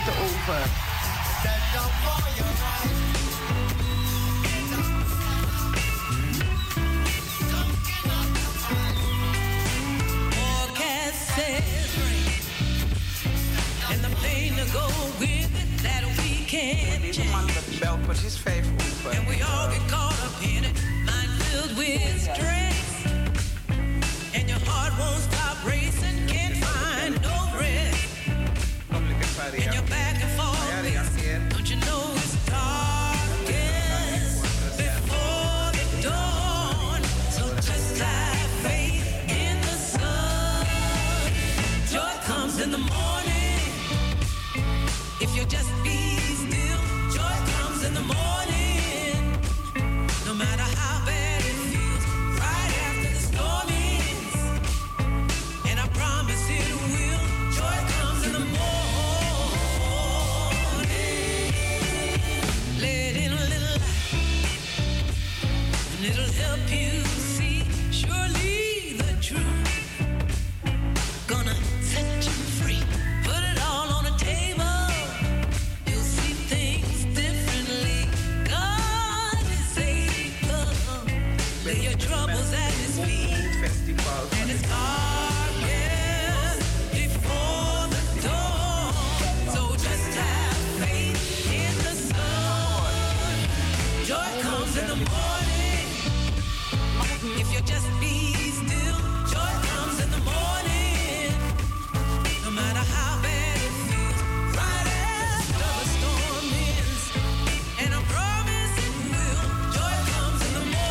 ze over. Go with it that we can't Deze man belt precies 5 over. And we all get caught up in it, mind filled with stress. And your heart won't stop racing, can't find no rest. And you're back and forth. Don't you know it's darkest before the dawn? So just have faith in the sun. Joy comes in the morning. If you just be still, joy comes in the morning. No matter how bad it feels, right after the storm ends. And I promise it will, joy comes in the morning. Let in a little light, and it'll help you see surely the truth. Gonna set you free, put it all on the table. Lay your troubles at his feet. And it's darkest before the dawn. So just have faith in the sun. Joy comes in the morning. If you just be still, joy comes in the morning. No matter how bad it feels, right after the storm ends. And I promise it will, joy comes in the morning.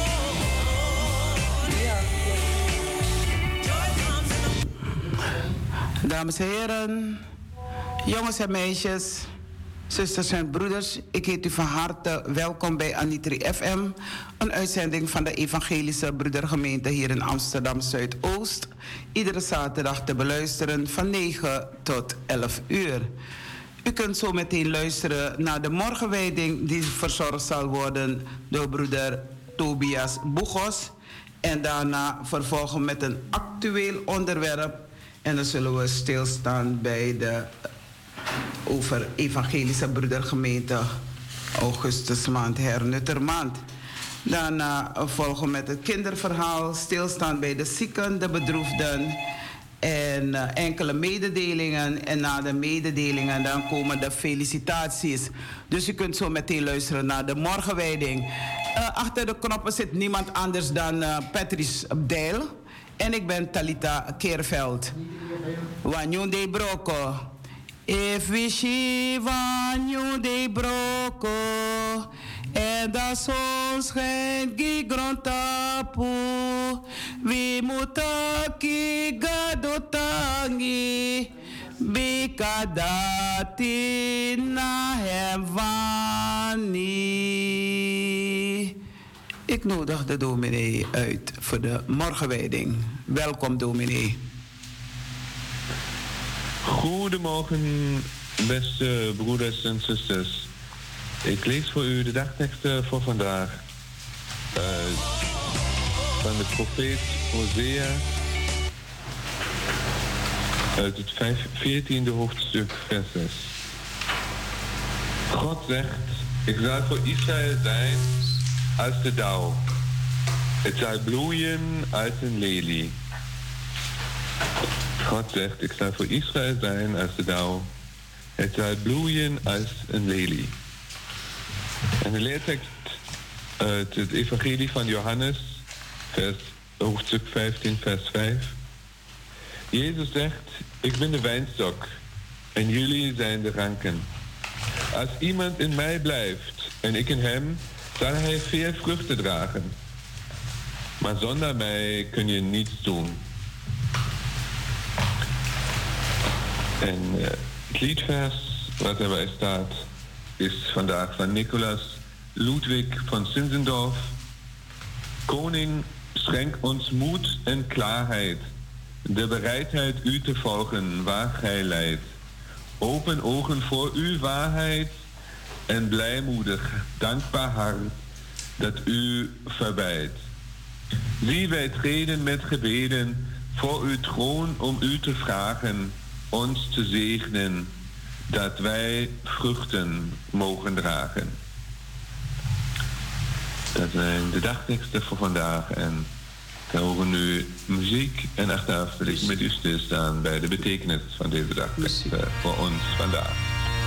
Dames en heren, jongens en meisjes, zusters en broeders, ik heet u van harte welkom bij Anitri FM, een uitzending van de Evangelische Broedergemeente hier in Amsterdam Zuidoost. Iedere zaterdag te beluisteren van 9 tot 11 uur. U kunt zo meteen luisteren naar de morgenwijding die verzorgd zal worden door broeder Tobias Boegos. En daarna vervolgen met een actueel onderwerp. En dan zullen we stilstaan bij de over Evangelische Broedergemeente Augustusmaand, Hernuttermaand. Daarna volgen we met het kinderverhaal, stilstaan bij de zieken, de bedroefden en enkele mededelingen. En na de mededelingen dan komen de felicitaties. Dus u kunt zo meteen luisteren naar de morgenwijding. Achter de knoppen zit niemand anders dan Patrice Deil. En ik ben Talita Keerveld. Wanneer de broko. If we see wanneer de broko. En dat zon schijnt gigrontapu. We moeten kijken dotangi. Bikadati na hem wani. Ik nodig de dominee uit voor de morgenwijding. Welkom, dominee. Goedemorgen, beste broeders en zusters. Ik lees voor u de dagteksten voor vandaag. Van de profeet Hosea. Uit het 14e hoofdstuk, vers 6. God zegt, ik zal voor Israël zijn als de dauw. Het zal bloeien als een lelie. God zegt, ik zal voor Israël zijn als de dauw. Het zal bloeien als een lelie. En de leertekst uit het evangelie van Johannes, hoofdstuk 15, vers 5. Jezus zegt, ik ben de wijnstok en jullie zijn de ranken. Als iemand in mij blijft en ik in hem, zal hij veel vruchten dragen. Maar zonder mij kun je niets doen. En het liedvers wat erbij staat is vandaag van Nicolaas Ludwig van Zinzendorf. Koning, schenk ons moed en klaarheid, de bereidheid u te volgen waar gij leidt. Open ogen voor uw waarheid en blijmoedig, dankbaar hart dat u verbeidt. Zie, wij treden met gebeden voor uw troon om u te vragen, ons te zegenen. dat wij vruchten mogen dragen. Dat zijn de dagteksten voor vandaag en we horen nu muziek en achteraf wil ik met u stilstaan bij de betekenis van deze dagteksten voor ons vandaag.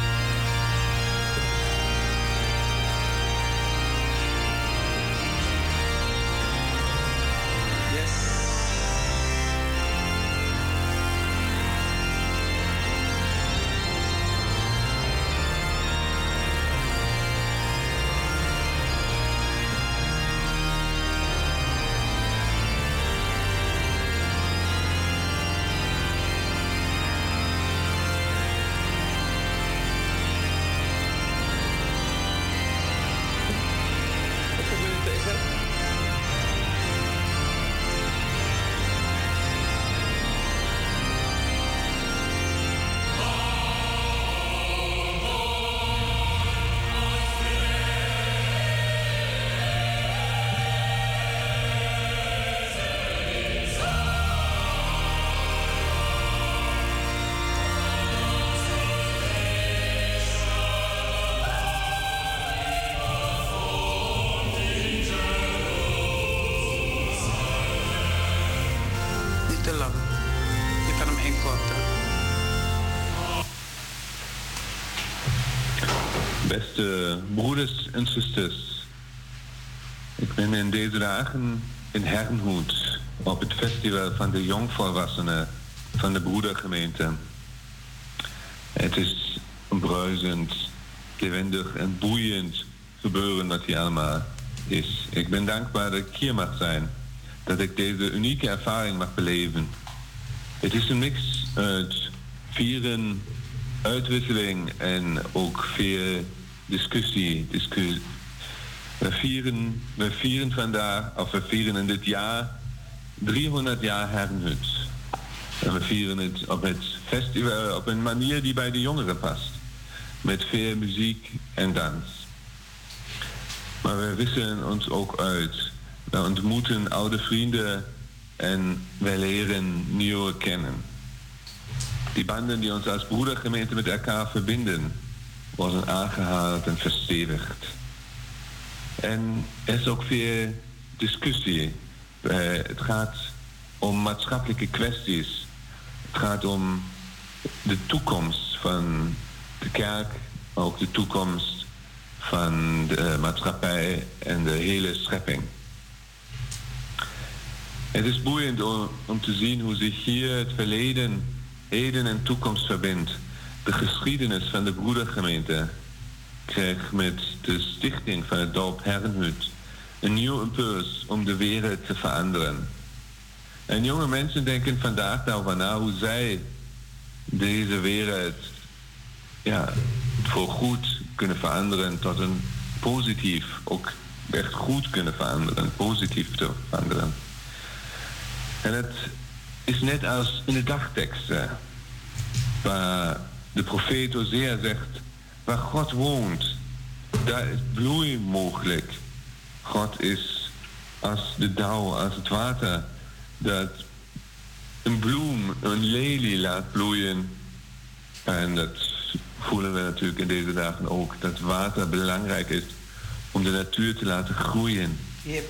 Beste broeders en zusters, ik ben in deze dagen in Herrnhut op het festival van de jongvolwassenen van de broedergemeente. Het is een bruisend, levendig en boeiend gebeuren wat hier allemaal is. Ik ben dankbaar dat ik hier mag zijn, dat ik deze unieke ervaring mag beleven. Het is een mix uit vieren, uitwisseling en ook veel discussie. We vieren vandaag, of we vieren in dit jaar 300 jaar Herrnhut. En we vieren het op het festival op een manier die bij de jongeren past. Met veel muziek en dans. Maar we wisselen ons ook uit. We ontmoeten oude vrienden en wij leren nieuwe kennen. Die banden die ons als broedergemeente met elkaar verbinden, worden aangehaald en verstevigd. En er is ook veel discussie. Het gaat om maatschappelijke kwesties. Het gaat om de toekomst van de kerk, ook de toekomst van de maatschappij en de hele schepping. Het is boeiend om te zien hoe zich hier het verleden, heden en toekomst verbindt. De geschiedenis van de broedergemeente kreeg met de stichting van het dorp Herrnhut een nieuw impuls om de wereld te veranderen. En jonge mensen denken vandaag daarover na hoe zij deze wereld voor goed kunnen veranderen tot een positief, ook echt goed kunnen veranderen, positief te veranderen. En het is net als in de dagteksten, waar de profeet Hosea zegt, waar God woont, daar is bloei mogelijk. God is als de dauw, als het water, dat een bloem, een lelie laat bloeien. En dat voelen we natuurlijk in deze dagen ook, dat water belangrijk is om de natuur te laten groeien. Yep.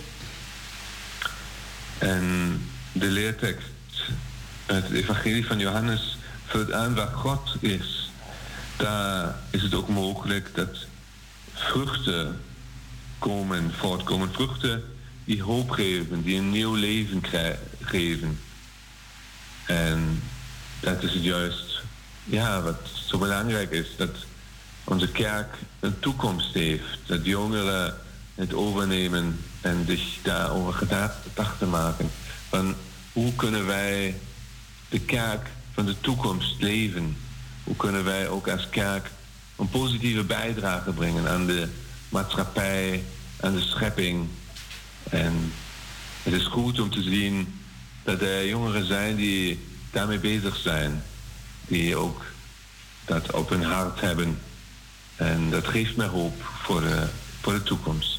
En de leertekst uit het evangelie van Johannes vult aan waar God is. Daar is het ook mogelijk dat vruchten voortkomen. Vruchten die hoop geven, die een nieuw leven geven. En dat is het juist, wat zo belangrijk is, dat onze kerk een toekomst heeft. Dat jongeren het overnemen en zich daarover gedachten maken. Van hoe kunnen wij de kerk van de toekomst leven? Hoe kunnen wij ook als kerk een positieve bijdrage brengen aan de maatschappij, aan de schepping? En het is goed om te zien dat er jongeren zijn die daarmee bezig zijn. Die ook dat op hun hart hebben. En dat geeft mij hoop voor de toekomst.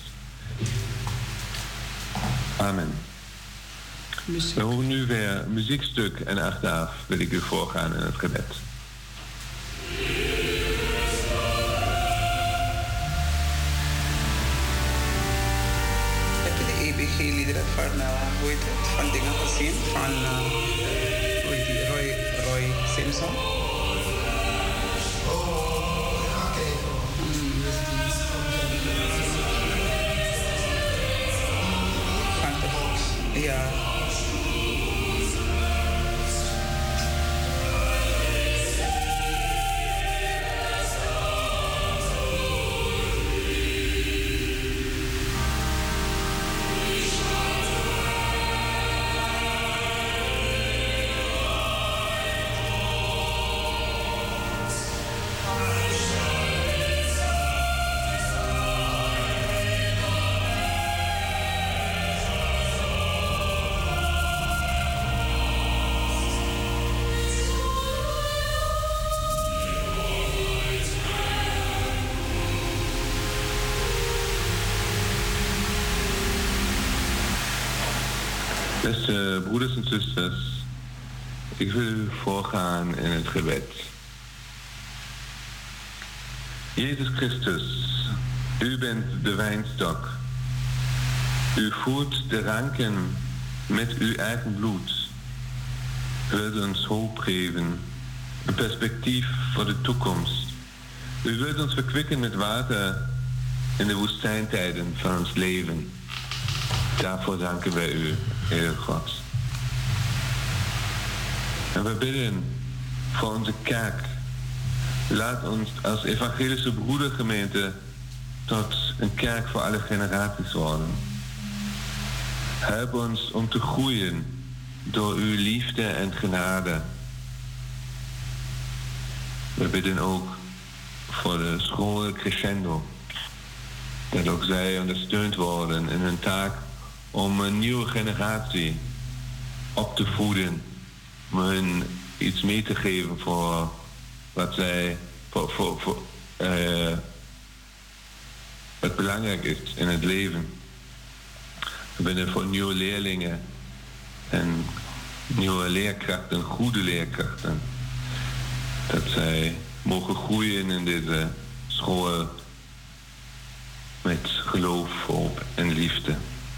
Amen. We horen nu weer een muziekstuk en achteraf wil ik u voorgaan in het gebed. G-liederen van, hoe heet het, van dingen gezien, van, hoe heet die, Roy Simpson. Ja. Beste broeders en zusters, ik wil u voorgaan in het gebed. Jezus Christus, u bent de wijnstok. U voert de ranken met uw eigen bloed. U wilt ons hoop geven, een perspectief voor de toekomst. U wilt ons verkwikken met water in de woestijntijden van ons leven. Daarvoor danken wij u, Heer God. En we bidden voor onze kerk. Laat ons als evangelische broedergemeente tot een kerk voor alle generaties worden. Help ons om te groeien door uw liefde en genade. We bidden ook voor de school Crescendo. Dat ook zij ondersteund worden in hun taak om een nieuwe generatie op te voeden. Om hun iets mee te geven voor wat zij wat belangrijk is in het leven. We bidden voor nieuwe leerlingen en nieuwe leerkrachten, goede leerkrachten. Dat zij mogen groeien in deze school met geloof, hoop en liefde.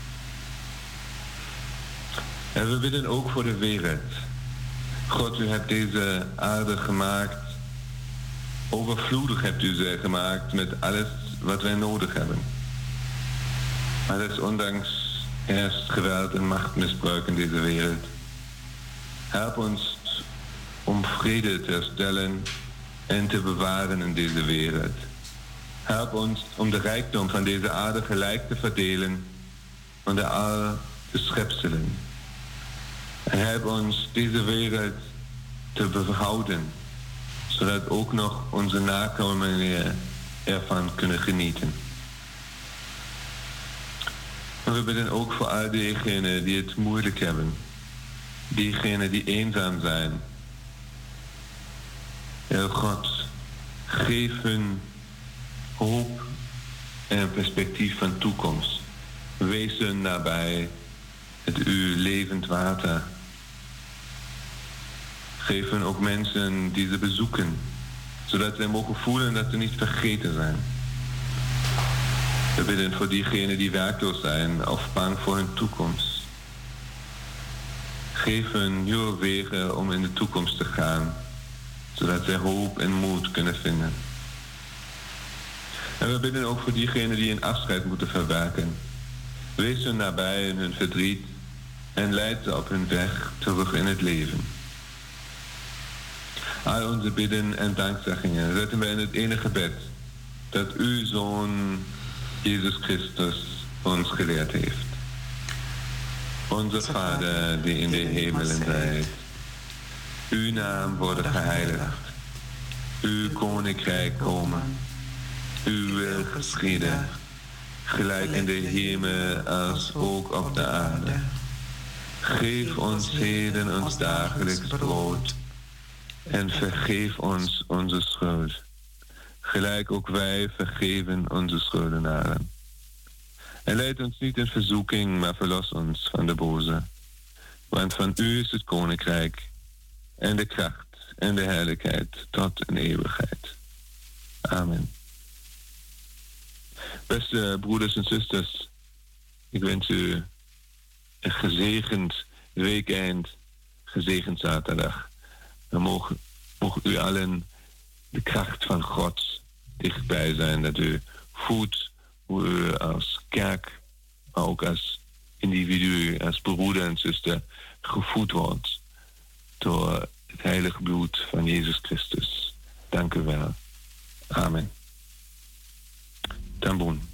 En we bidden ook voor de wereld. God, u hebt deze aarde gemaakt. Overvloedig hebt u ze gemaakt met alles wat wij nodig hebben. Maar dat is ondanks eerst geweld en machtmisbruik in deze wereld. Help ons om vrede te herstellen en te bewaren in deze wereld. Help ons om de rijkdom van deze aarde gelijk te verdelen onder al de schepselen. En help ons deze wereld te behouden, zodat ook nog onze nakomelingen ervan kunnen genieten. En we bidden ook voor al diegenen die het moeilijk hebben, diegenen die eenzaam zijn. Heer God, geef hun hoop en een perspectief van toekomst. Wees hun nabij het uw levend water. Geef hen ook mensen die ze bezoeken, zodat zij mogen voelen dat ze niet vergeten zijn. We bidden voor diegenen die werkloos zijn of bang voor hun toekomst. Geef hen nieuwe wegen om in de toekomst te gaan, zodat zij hoop en moed kunnen vinden. En we bidden ook voor diegenen die een afscheid moeten verwerken. Wees hun nabij in hun verdriet en leid ze op hun weg terug in het leven. Al onze bidden en dankzeggingen zetten wij in het ene gebed dat uw Zoon Jezus Christus ons geleerd heeft. Onze Vader die in de hemelen zijt, uw naam worden geheiligd, uw koninkrijk komen, uw wil geschieden, gelijk in de hemel als ook op de aarde. Geef ons heden ons dagelijks brood en vergeef ons onze schuld, gelijk ook wij vergeven onze schuldenaren. En leid ons niet in verzoeking, maar verlos ons van de boze. Want van u is het koninkrijk en de kracht en de heerlijkheid tot in eeuwigheid. Amen. Beste broeders en zusters, ik wens u een gezegend weekend, gezegend zaterdag. Dan mogen u allen de kracht van God dichtbij zijn. Dat u voelt hoe u als kerk, maar ook als individu, als broeder en zuster gevoed wordt door het heilige bloed van Jezus Christus. Dank u wel. Amen. Tamboen.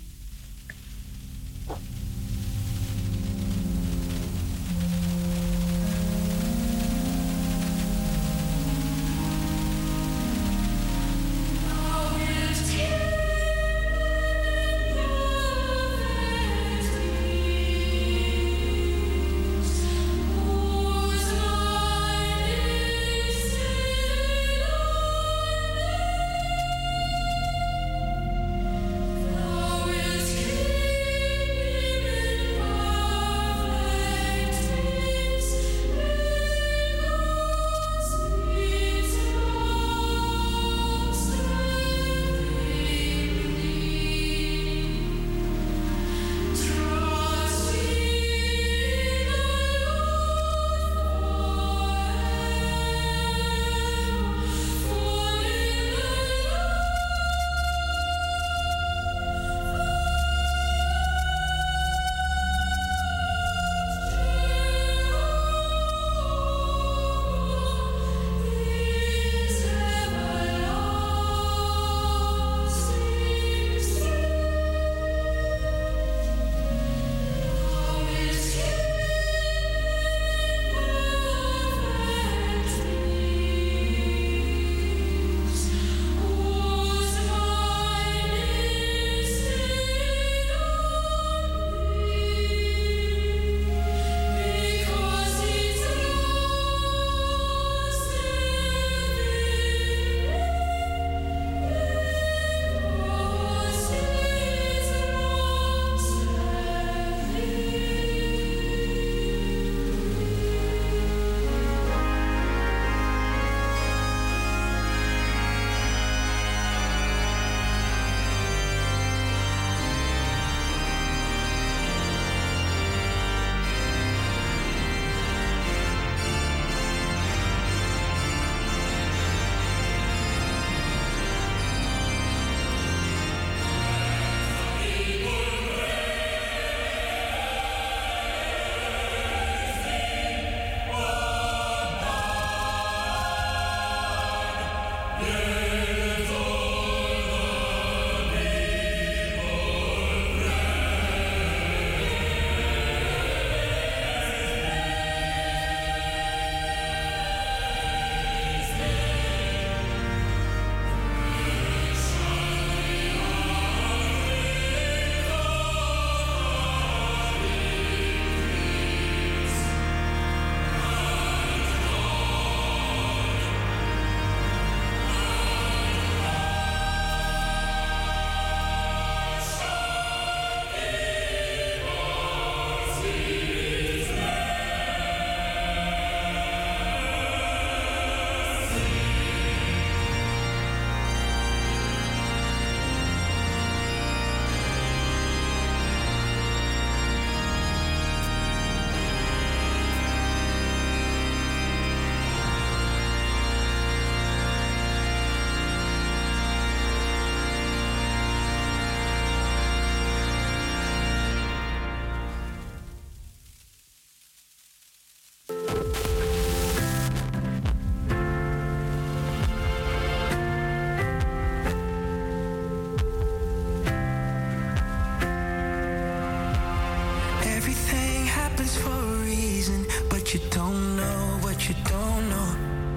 you don't know what you don't know.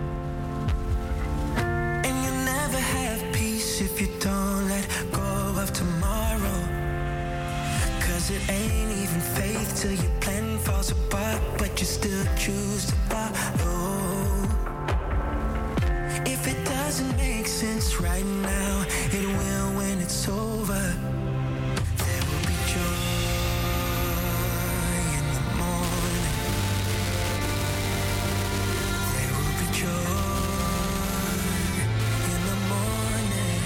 And you'll never have peace if you don't let go of tomorrow. 'Cause it ain't even faith till your plan falls apart, but you still choose to follow. If it doesn't make sense right now, it will when it's over. There will be joy in the morning. There will be joy in the morning.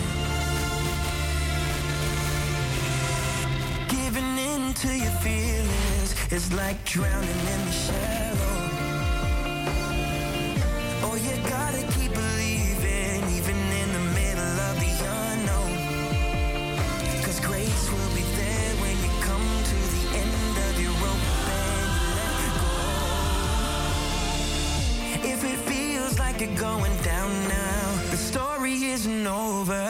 Giving in to your feelings is like drowning in the shallow. Oh, you gotta keep believing, even in the middle of the unknown. 'Cause grace will be there when you come to the end of your rope and you let go. If it feels like you're going down now, the story isn't over.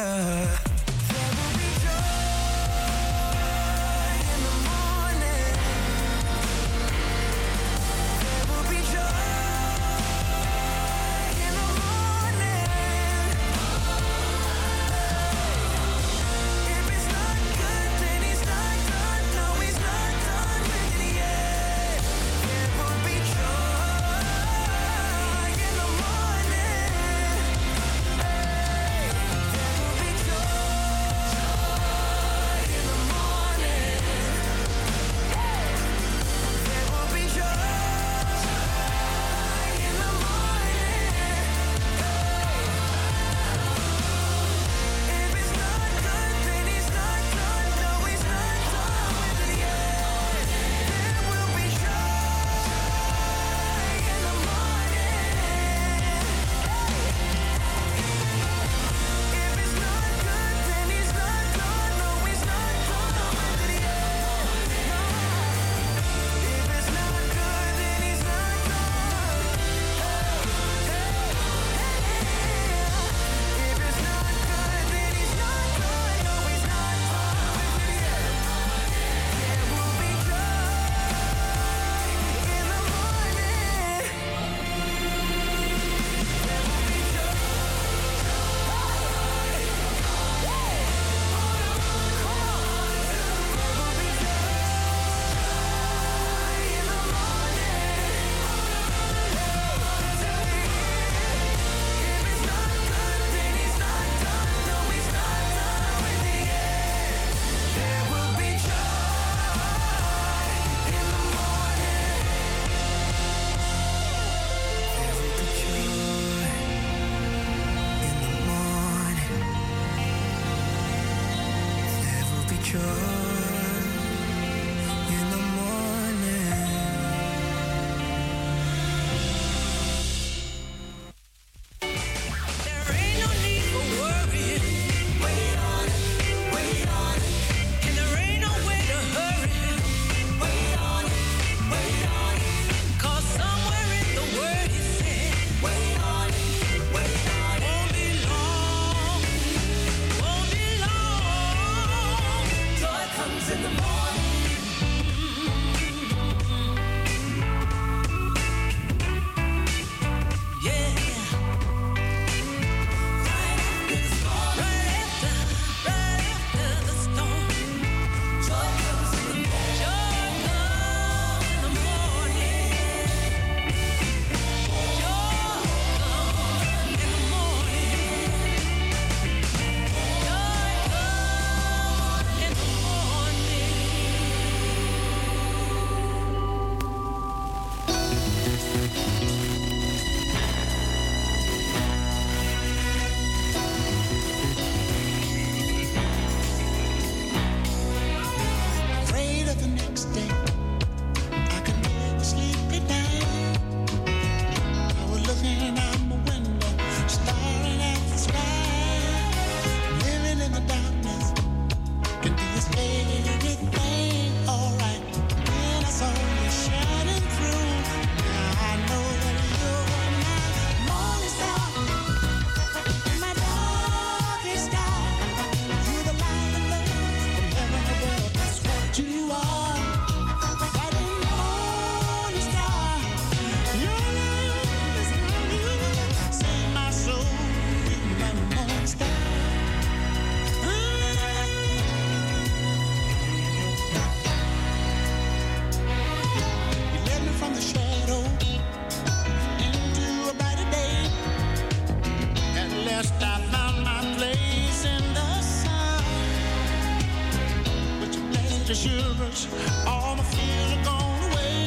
All my fears are gone away.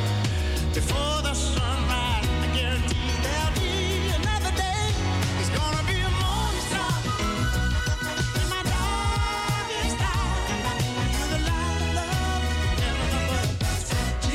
Before the sunrise, I guarantee there'll be another day. It's gonna be a morning star in my darkest hour. You're the light of love, never above. That's what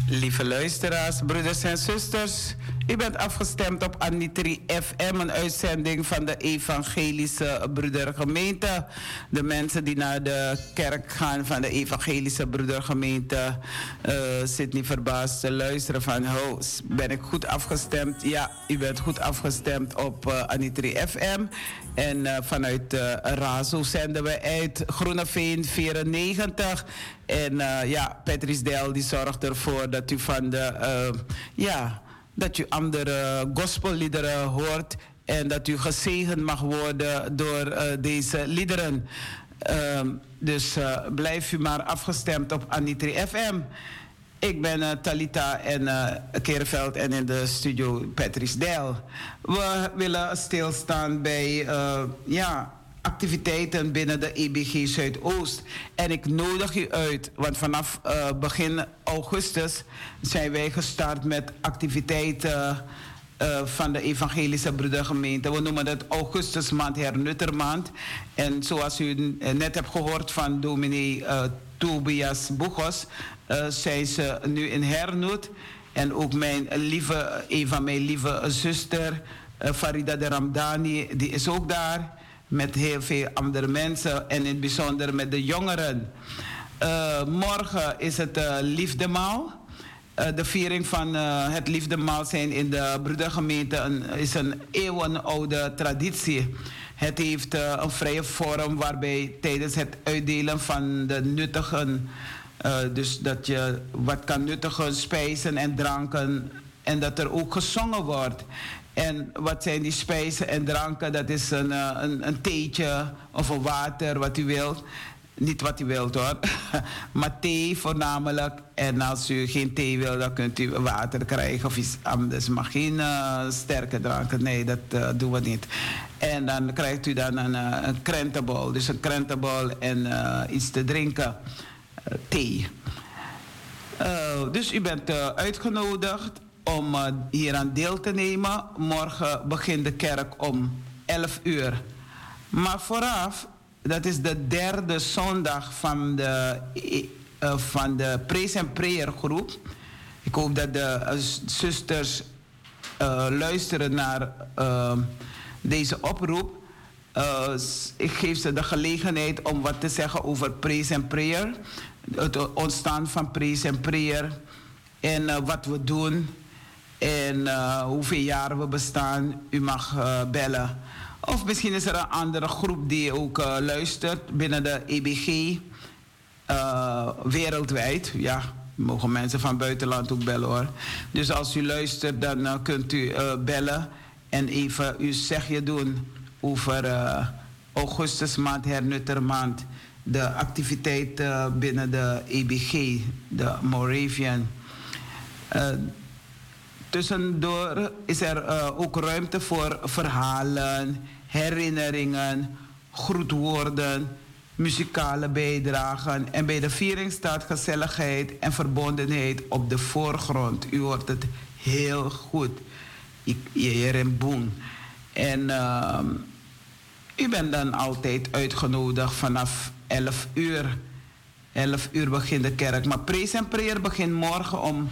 Lieve luisteraars, broeders en zusters, u bent afgestemd op Anitri FM, een uitzending van de Evangelische Broedergemeente. De mensen die naar de kerk gaan van de Evangelische Broedergemeente zit niet verbaasd te luisteren van, oh, ben ik goed afgestemd? Ja, u bent goed afgestemd op Anitri FM. En vanuit Razo zenden we uit Groeneveen 94. En ja, Patrice Del die zorgt ervoor dat u van de dat u andere gospelliederen hoort en dat u gezegend mag worden door deze liederen. Dus blijf u maar afgestemd op Anitri FM. Ik ben Talita en Kerenveld en in de studio Patrice Del. We willen stilstaan bij activiteiten binnen de EBG Zuidoost. En ik nodig u uit, want vanaf begin augustus zijn wij gestart met activiteiten van de Evangelische Broedergemeente. We noemen dat Augustusmaand, Hernuttermaand. En zoals u net hebt gehoord van dominee Tobias Boegos, zijn ze nu in Hernut. En ook een van mijn lieve zuster, Farida de Ramdani, die is ook daar. Met heel veel andere mensen en in het bijzonder met de jongeren. Morgen is het liefdemaal. De viering van het liefdemaal zijn in de broedergemeente is een eeuwenoude traditie. Het heeft een vrije vorm waarbij tijdens het uitdelen van de nuttigen, dus dat je wat kan nuttigen, spijzen en dranken, en dat er ook gezongen wordt. En wat zijn die spijzen en dranken? Dat is een theetje of een water, wat u wilt. Niet wat u wilt hoor, maar thee voornamelijk. En als u geen thee wilt, dan kunt u water krijgen of iets anders. Maar geen sterke dranken, nee, dat doen we niet. En dan krijgt u dan een krentenbol. Dus een krentenbol en iets te drinken, thee. Dus u bent uitgenodigd om hier aan deel te nemen. Morgen begint de kerk om 11 uur. Maar vooraf, dat is de derde zondag van de Praise and Prayer groep. Ik hoop dat de zusters luisteren naar deze oproep. Ik geef ze de gelegenheid om wat te zeggen over Praise and Prayer. Het ontstaan van Praise and Prayer. En wat we doen. En hoeveel jaar we bestaan. U mag bellen. Of misschien is er een andere groep die ook luistert binnen de EBG. Wereldwijd. Ja, mogen mensen van buitenland ook bellen hoor. Dus als u luistert, dan kunt u bellen. En even uw zegje doen over augustusmaand, hernuttermaand. De activiteit binnen de EBG, de Moravian. Tussendoor is er ook ruimte voor verhalen, herinneringen, groetwoorden, muzikale bijdragen. En bij de viering staat gezelligheid en verbondenheid op de voorgrond. U hoort het heel goed. Boem. En u bent dan altijd uitgenodigd vanaf 11 uur. 11 uur begint de kerk. Maar Praise and Prayer begint morgen om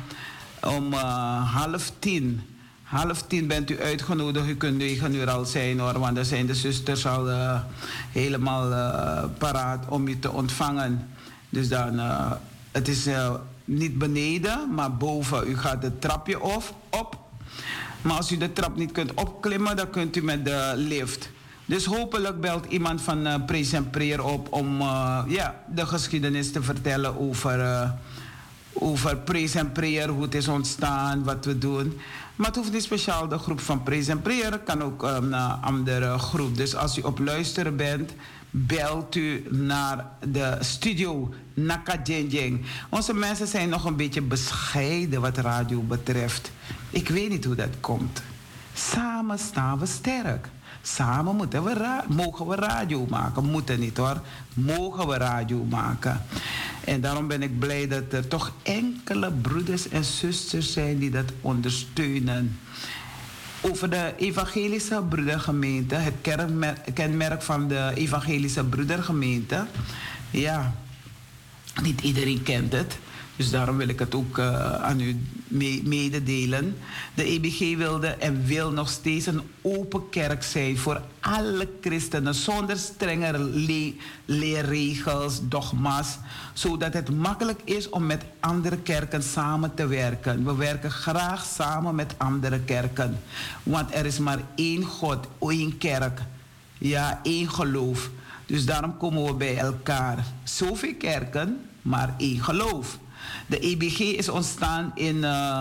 9:30. 9:30 bent u uitgenodigd. U kunt 9 uur al zijn hoor, want dan zijn de zusters al helemaal paraat om u te ontvangen. Dus dan, het is niet beneden, maar boven. U gaat het trapje op. Maar als u de trap niet kunt opklimmen, dan kunt u met de lift. Dus hopelijk belt iemand van Praise and Prayer op om de geschiedenis te vertellen over Praise and Prayer, hoe het is ontstaan, wat we doen. Maar het hoeft niet speciaal de groep van Praise and Prayer, het kan ook een andere groep. Dus als u op luisteren bent, belt u naar de studio Nakadjenjeng. Onze mensen zijn nog een beetje bescheiden wat radio betreft. Ik weet niet hoe dat komt. Samen staan we sterk. Samen mogen we radio maken. Moeten niet hoor. Mogen we radio maken. En daarom ben ik blij dat er toch enkele broeders en zusters zijn die dat ondersteunen. Over de Evangelische Broedergemeente, het kenmerk van de Evangelische Broedergemeente. Ja, niet iedereen kent het. Dus daarom wil ik het ook aan u mededelen. De EBG wilde en wil nog steeds een open kerk zijn voor alle christenen, zonder strenge leerregels, dogma's, zodat het makkelijk is om met andere kerken samen te werken. We werken graag samen met andere kerken, want er is maar één God, één kerk, ja, één geloof. Dus daarom komen we bij elkaar. Zoveel kerken, maar één geloof. De EBG is ontstaan in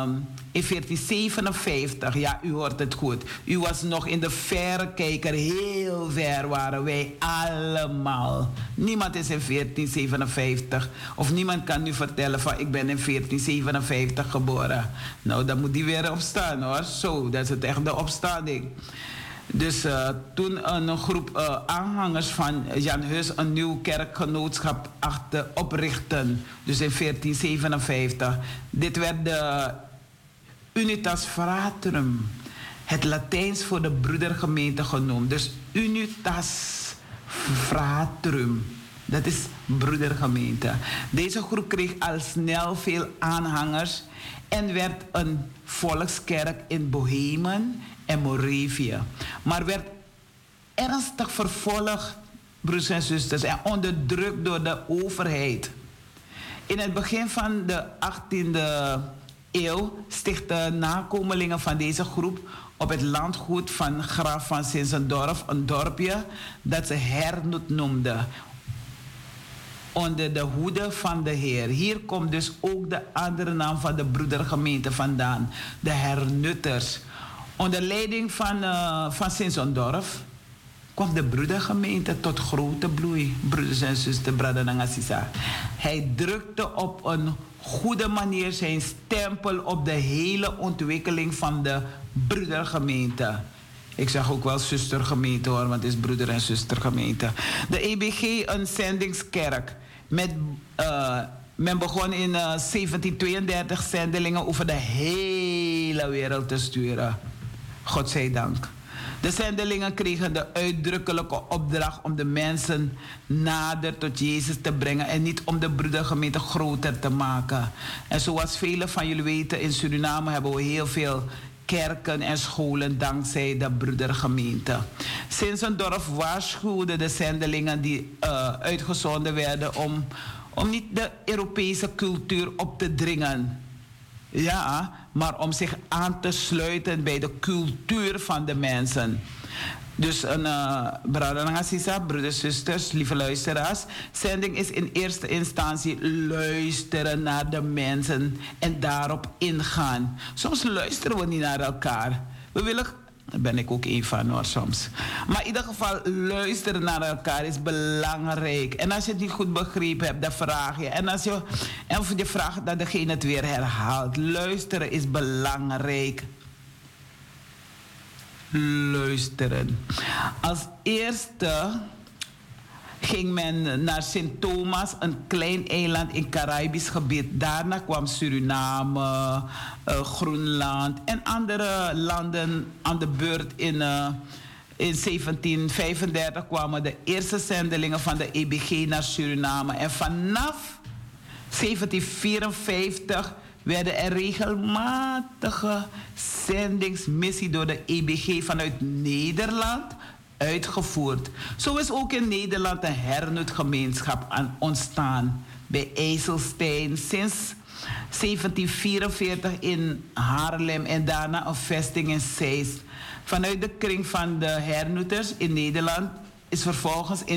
1457. Ja, u hoort het goed. U was nog in de verrekijker. Heel ver waren wij allemaal. Niemand is in 1457. Of niemand kan nu vertellen van ik ben in 1457 geboren. Nou, dan moet die weer opstaan hoor. Zo, dat is het echt de opstanding. Dus toen een groep aanhangers van Jan Hus een nieuw kerkgenootschap oprichten. Dus in 1457. Dit werd de Unitas Fratrum. Het Latijns voor de broedergemeente genoemd. Dus Unitas Fratrum. Dat is broedergemeente. Deze groep kreeg al snel veel aanhangers en werd een volkskerk in Bohemen en Moravië. Maar werd ernstig vervolgd, broers en zusters, en onderdrukt door de overheid. In het begin van de 18e eeuw stichtten nakomelingen van deze groep op het landgoed van Graaf van Sinsendorf een dorpje dat ze Hernoet noemden, onder de hoede van de Heer. Hier komt dus ook de andere naam van de broedergemeente vandaan, de Hernutters. Onder leiding van Sinsendorf kwam de broedergemeente tot grote bloei, broeders en zusters, Brada Nangasisa. Hij drukte op een goede manier zijn stempel op de hele ontwikkeling van de broedergemeente. Ik zeg ook wel zustergemeente hoor, want het is broeder- en zustergemeente. De EBG, een zendingskerk. Men begon in 1732 zendelingen over de hele wereld te sturen. God zij dank. De zendelingen kregen de uitdrukkelijke opdracht om de mensen nader tot Jezus te brengen en niet om de broedergemeente groter te maken. En zoals velen van jullie weten, in Suriname hebben we heel veel kerken en scholen dankzij de broedergemeente. Sinsendorf waarschuwde de zendelingen die uitgezonden werden om niet de Europese cultuur op te dringen. Ja, maar om zich aan te sluiten bij de cultuur van de mensen. Dus broeders, zusters, lieve luisteraars. Zending is in eerste instantie luisteren naar de mensen en daarop ingaan. Soms luisteren we niet naar elkaar. We willen, daar ben ik ook een van hoor soms. Maar in ieder geval luisteren naar elkaar is belangrijk. En als je het niet goed begrepen hebt, dan vraag je. En als je vraagt dat degene het weer herhaalt. Luisteren is belangrijk. Luisteren. Als eerste ging men naar Sint Thomas, een klein eiland in Caribisch gebied. Daarna kwam Suriname, Groenland en andere landen aan de beurt. In 1735 kwamen de eerste zendelingen van de EBG naar Suriname. En vanaf 1754 werden er regelmatige zendingsmissie door de EBG vanuit Nederland uitgevoerd. Zo is ook in Nederland een Hernoetgemeenschap ontstaan bij IJsselstein sinds 1744 in Haarlem en daarna een vesting in Zeist. Vanuit de kring van de Hernoeters in Nederland is vervolgens in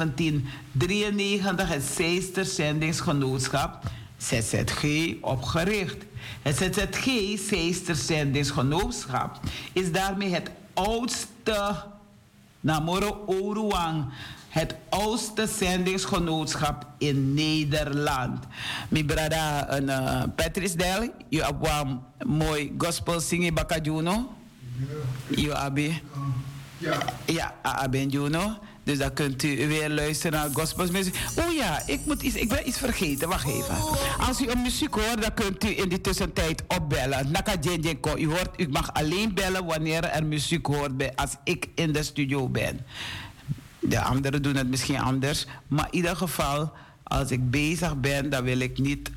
1793 het Zeister Zendingsgenootschap ZZG opgericht. Het ZZG Zeister Zendingsgenootschap is daarmee het oudste Namoro Oruang, het oudste zendingsgenootschap in Nederland. Mijn brada Patrice Del, je hebt een mooi gospel zingen bakajuno. Je abi. Ja, abi juno. Dus dan kunt u weer luisteren naar gospelmuziek. Oh ja, ik ben iets vergeten. Wacht even. Als u een muziek hoort, dan kunt u in die tussentijd opbellen. U mag alleen bellen wanneer er muziek hoort als ik in de studio ben. De anderen doen het misschien anders. Maar in ieder geval, als ik bezig ben, dan wil ik niet...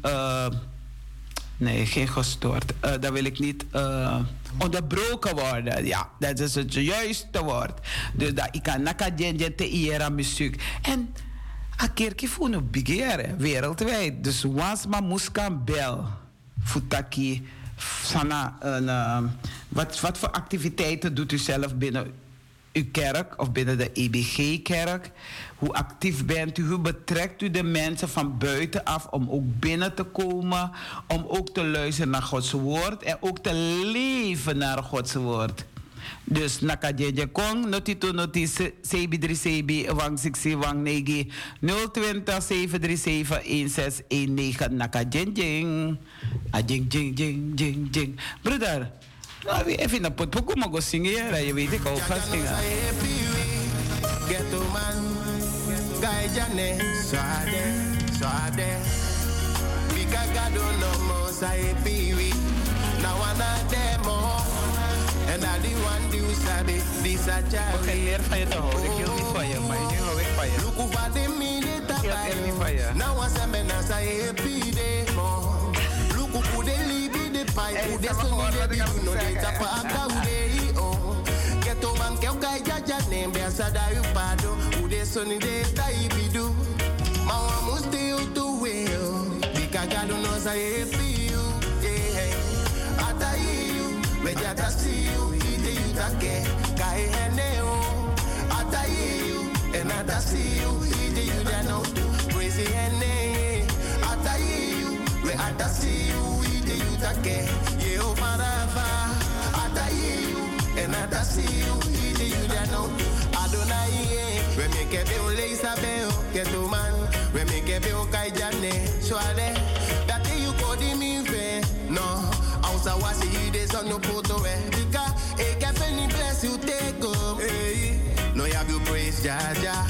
nee, geen gestoord. Dan wil ik niet onderbroken worden. Ja, dat is het juiste woord. Dus dat ik kan nakadjenje te iera muziek. En een keertje voor een bigere, wereldwijd. Dus once ma muskan bel. Futaki. Sana, wat voor activiteiten doet u zelf binnen uw kerk of binnen de EBG-kerk? Hoe actief bent u? Hoe betrekt u de mensen van buitenaf om ook binnen te komen? Om ook te luisteren naar Gods woord en ook te leven naar Gods woord. Dus nakajeje kong, notito noti CB3 CB, wang 6 wang 9, 020 737 1619 nakajenjing. Ajing jing jing jing jing. Broeder, nou, even een potpoeko mag ik zingen, je weet ik ook ga zingen. Ghetto man, gaijane, swade. Bika gado no mo sae piwi, na wana demo. En al die one die sabe, die sa chari. Ik kan leer van je te houden, ik wil niet van je, maar nu hou ik van je. Look over the minute tabayo, na wasa mena sae pide mo. Look over the libi de pai, ude songi de bidu no de tapa akaude o. Geto man keu kai jaja nembe asada upado, ude songi de tai bidu. Mawa musti utu weo, bika gado no sae piu, yeah. Atayu, meja tasiu, ide yutake, kai heneo. Atayu, and atasiu, ide yudano, crazy hene. Atayu, we atasiu, ide yutake, yeo marava. Atayu, and atasiu, ide yudano, Adonai, we make a beo leisa beo, keto man, we make a beo kai jane, swade, that you call me fe, no. Ausa wasi ide son no poto bika ik heb any bless you take hey no ya you praise jaja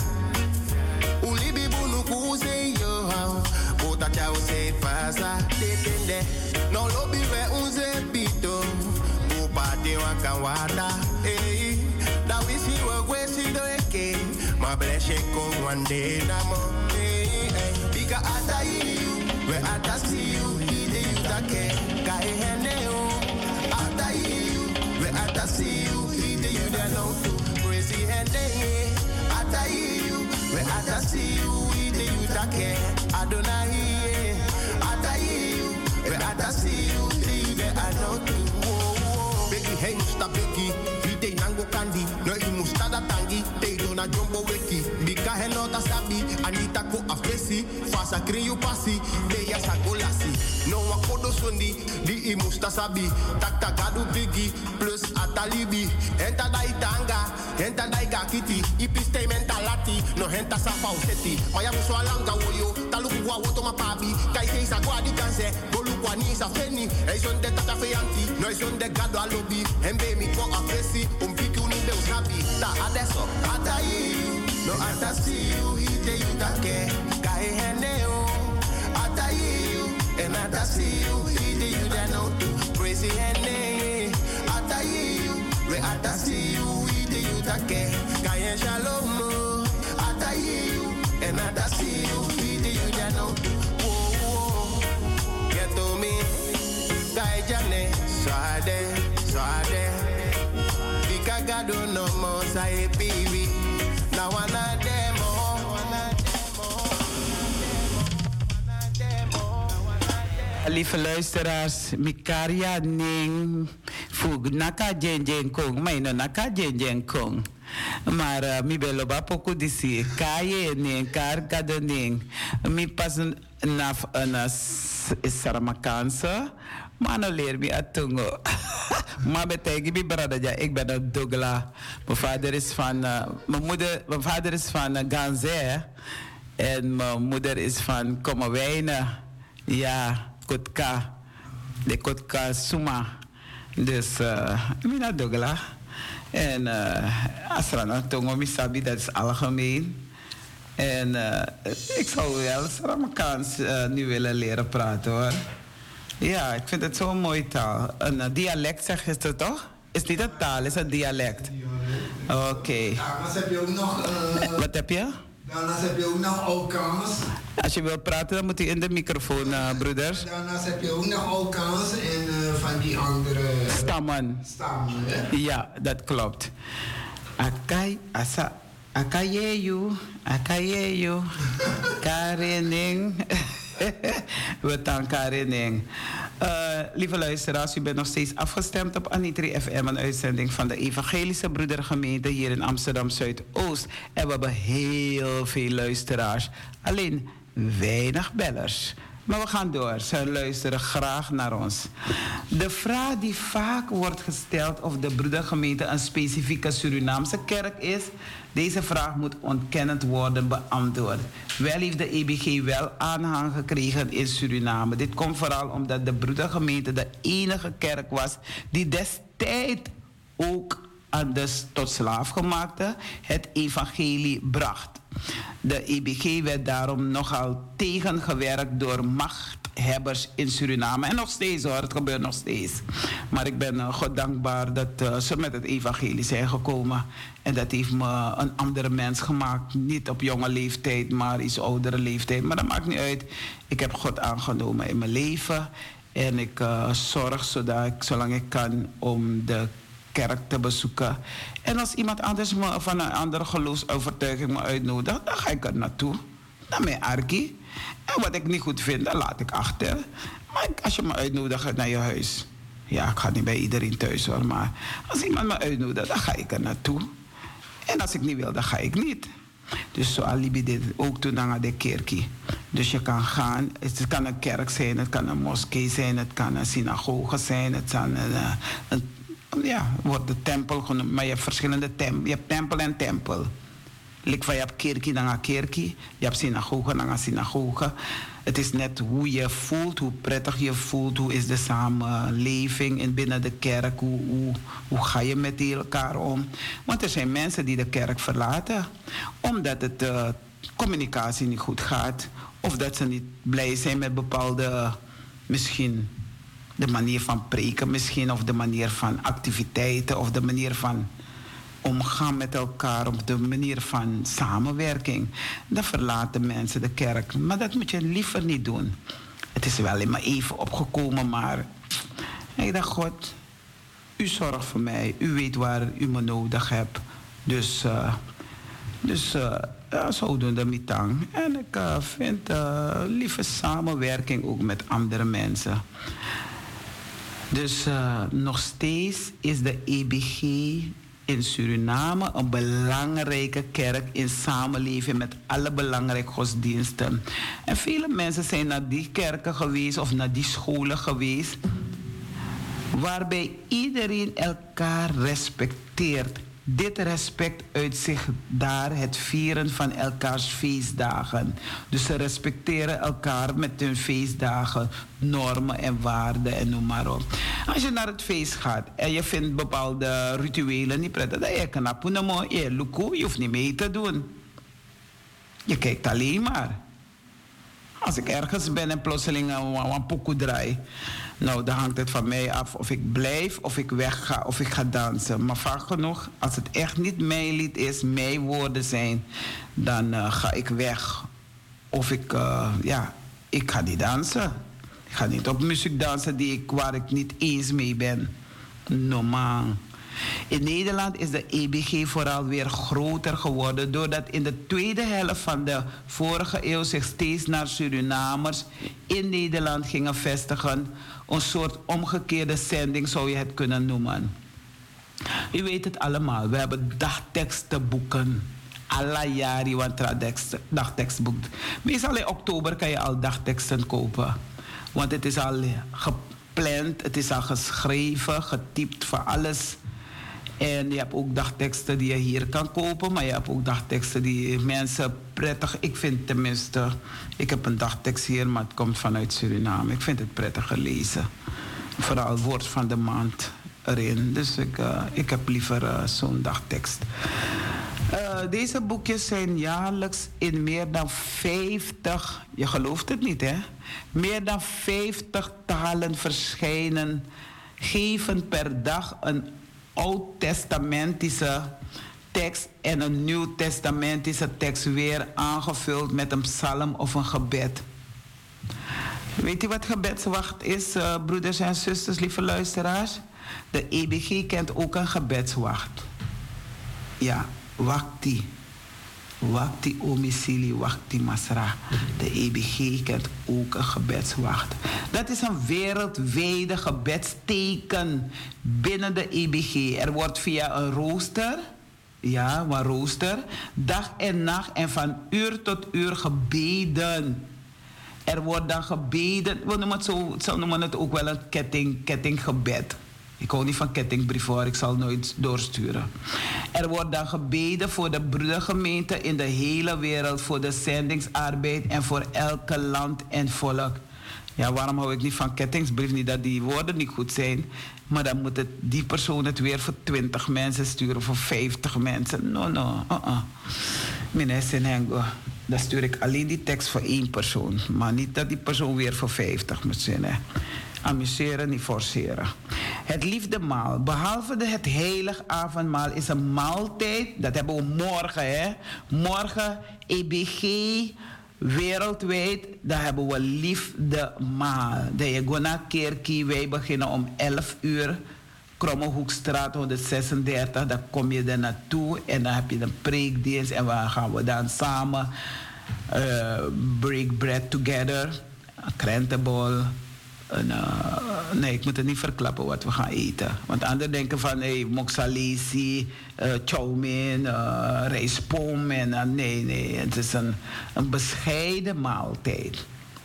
ulibi bunu kuze yo bota chao se pasa detende no lobby we unze pito bu pati wakawada hey da we see we see do eke ma bless you ko one day na mo hey bika atai we atasi you ide you take kai heneo atayu we atasiu ide you da no crazy hene atayu we atasiu ide you take Adonai atayu we atasiu ide anotu beki hey musta beki ide nango kandi no i musta da tangi te dona jombo weki bika henota sabi anita ko afesi fasa kriyu pasi be ya sagolasi no wakodo sondi di i musta sabi takta gadu bigi plus atalibi enta dai tanga enta dai gakiti ipiste mentalati no henta sa pauseti maya muswalanga woyo taluku wa woto mapabi kai sei sa kwa di kanse bolu kwa ni sa feni e son de tata feanti no e son de gado alobi embe mi ko afesi piki uni de usabi ta adesso atai no atasiu ide yutake kai heneo atayu and atasiu ide yudano crazy hene atayu we atasiu ide yutake kai shalom atayu and atasiu ide yudano get to me kai jane swade bika gado no mo sai piwi na wana demo Lieve luisteraars, Mikaria Ning, Fug Naka Jenjen Kong, mijn Naka Jenjen Kong. Maar mi belo ba poco disi, kaye ning, karkado ning. Mi pas naf Saramakanse, maar nou leer me atungo. Maar betekent mi brada, ik ben een Dougla. Mijn vader is van, mijn vader is van Ganze en mijn moeder is van Kommerwijnen. Ja. Kotka, de Kotka Suma. Dus, mina Dougla. En Asrana Tongo Misabi, dat is algemeen. En ik zou wel Saramakaans nu willen leren praten hoor. Ja, ik vind het zo'n mooie taal. Een dialect zeg je het toch? Is niet een taal, is een dialect. Oké. Ja, maar heb je ook nog... Wat heb je? Daarnaast heb je ook nog Olkans. Als je wilt praten, dan moet je in de microfoon, broeders. Daarnaast heb je ook nog Olkans en van die andere Stammen. Hè? Ja, dat klopt. Akayeyu, Karening. We danken Karening. Lieve luisteraars, u bent nog steeds afgestemd op Anitri FM, een uitzending van de Evangelische Broedergemeente hier in Amsterdam Zuidoost. En we hebben heel veel luisteraars, alleen weinig bellers. Maar we gaan door. Ze luisteren graag naar ons. De vraag die vaak wordt gesteld of de broedergemeente een specifieke Surinaamse kerk is, deze vraag moet ontkennend worden beantwoord. Wel heeft de EBG wel aanhang gekregen in Suriname. Dit komt vooral omdat de broedergemeente de enige kerk was die destijds ook aan de tot slaafgemaakte het evangelie bracht. De EBG werd daarom nogal tegengewerkt door machthebbers in Suriname. En nog steeds hoor, het gebeurt nog steeds. Maar ik ben God dankbaar dat ze met het evangelie zijn gekomen. En dat heeft me een andere mens gemaakt. Niet op jonge leeftijd, maar iets oudere leeftijd. Maar dat maakt niet uit. Ik heb God aangenomen in mijn leven. En ik zorg zolang ik kan om de kerk te bezoeken. En als iemand anders me van een andere geloofsovertuiging me uitnodigt, dan ga ik er naartoe. Naar mijn arkie. En wat ik niet goed vind, dan laat ik achter. Maar als je me uitnodigt naar je huis. Ja, ik ga niet bij iedereen thuis hoor, maar als iemand me uitnodigt, dan ga ik er naartoe. En als ik niet wil, dan ga ik niet. Dus zo alibi dit ook toen naar de kerkie. Dus je kan gaan, het kan een kerk zijn, het kan een moskee zijn, het kan een synagoge zijn, het kan wordt de tempel genoemd, maar je hebt verschillende tempels. Je hebt tempel en tempel. Je hebt kerkie naar kerkie, je hebt synagoge naar synagoge. Het is net hoe je voelt, hoe prettig je voelt, hoe is de samenleving binnen de kerk, hoe ga je met elkaar om. Want er zijn mensen die de kerk verlaten omdat het communicatie niet goed gaat. Of dat ze niet blij zijn met bepaalde, misschien de manier van preken misschien, of de manier van activiteiten, of de manier van omgaan met elkaar, of de manier van samenwerking. Dan verlaten mensen de kerk. Maar dat moet je liever niet doen. Het is wel in me even opgekomen, maar ik dacht, God, u zorgt voor mij. U weet waar u me nodig hebt. Dus zodoende mitang. En ik vind lieve samenwerking ook met andere mensen. Dus nog steeds is de EBG in Suriname een belangrijke kerk in samenleving met alle belangrijke godsdiensten. En vele mensen zijn naar die kerken geweest of naar die scholen geweest, waarbij iedereen elkaar respecteert. Dit respect uit zich daar het vieren van elkaars feestdagen. Dus ze respecteren elkaar met hun feestdagen, normen en waarden en noem maar op. Als je naar het feest gaat en je vindt bepaalde rituelen niet prettig, dan je kan je hoeft niet mee te doen. Je kijkt alleen maar. Als ik ergens ben en plotseling een pokoe draai, nou, dan hangt het van mij af of ik blijf, of ik wegga, of ik ga dansen. Maar vaak genoeg, als het echt niet mijn lied is, mijn woorden zijn, dan ga ik weg. Of ik ga niet dansen. Ik ga niet op muziek dansen waar ik niet eens mee ben. Normaal. In Nederland is de EBG vooral weer groter geworden doordat in de tweede helft van de vorige eeuw zich steeds naar Surinamers in Nederland gingen vestigen. Een soort omgekeerde zending zou je het kunnen noemen. U weet het allemaal, we hebben dagtekstenboeken. Alla jari want dagtekstboek. Meestal in oktober kan je al dagteksten kopen. Want het is al gepland, het is al geschreven, getypt voor alles. En je hebt ook dagteksten die je hier kan kopen, maar je hebt ook dagteksten die mensen prettig... Ik vind tenminste, ik heb een dagtekst hier, maar het komt vanuit Suriname. Ik vind het prettiger lezen. Vooral woord van de maand erin. Dus ik heb liever zo'n dagtekst. Deze boekjes zijn jaarlijks in meer dan 50... Je gelooft het niet, hè? Meer dan 50 talen verschijnen. Geven per dag een oud-testamentische tekst en een Nieuw Testamentische tekst weer aangevuld met een psalm of een gebed. Weet u wat gebedswacht is, broeders en zusters, lieve luisteraars? De EBG kent ook een gebedswacht. Ja, wakti. Wakti omicilie, wakti masra. De EBG kent ook een gebedswacht. Dat is een wereldwijde gebedsteken binnen de EBG. Er wordt via een rooster, ja, een rooster, dag en nacht en van uur tot uur gebeden. Er wordt dan gebeden, we noemen het zo, ze noemen het ook wel een kettinggebed. Ik hou niet van kettingbrief hoor, ik zal het nooit doorsturen. Er wordt dan gebeden voor de broedergemeente in de hele wereld, voor de zendingsarbeid en voor elke land en volk. Ja, waarom hou ik niet van kettingsbrief? Niet dat die woorden niet goed zijn, maar dan moet die persoon het weer voor 20 mensen sturen, voor 50 mensen. No. Meneer Senengo, dan stuur ik alleen die tekst voor 1 persoon, maar niet dat die persoon weer voor 50 moet zijn. Hè. Amuseren, niet forceren. Het liefdemaal, behalve het heilig avondmaal, is een maaltijd. Dat hebben we morgen, hè. Morgen, EBG, wereldwijd, daar hebben we liefdemaal. De Jegona Kerkie, wij beginnen om 11 uur. Krommehoekstraat 136, daar kom je er naartoe. En dan heb je een preekdienst en waar gaan we dan samen break bread together. Een krentenbol. Nee, ik moet het niet verklappen wat we gaan eten. Want anderen denken van, hey, moksalesi, chow mein, rijstpom. Nee, het is een bescheiden maaltijd.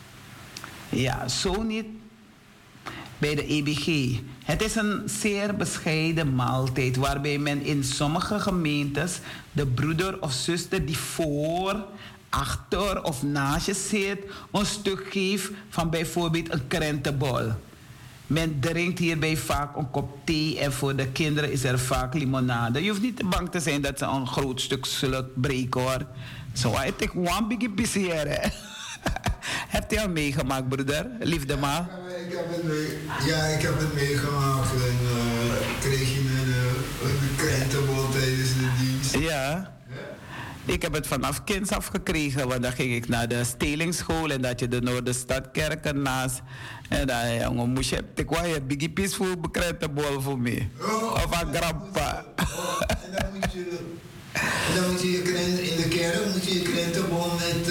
Ja, zo niet bij de EBG. Het is een zeer bescheiden maaltijd waarbij men in sommige gemeentes de broeder of zuster die voor, achter of naast je zit een stuk geeft van bijvoorbeeld een krentenbol. Men drinkt hierbij vaak een kop thee en voor de kinderen is er vaak limonade. Je hoeft niet te bang te zijn dat ze een groot stuk zullen breken hoor. Zo, I take one biggie piece here. Hebt u al meegemaakt, broeder? Liefde maar. Ik heb het meegemaakt en kreeg je een krentenbol tijdens de dienst. Ja. Ik heb het vanaf kinds af gekregen, want dan ging ik naar de stelingsschool en dat je de Noorderstadkerk ernaast. En dan, jongen, moest je, ik wou je biggie piece voor bekrentenbol voor mij. Of een grandpa. En dan moet je in de kerk moet je krentenbol met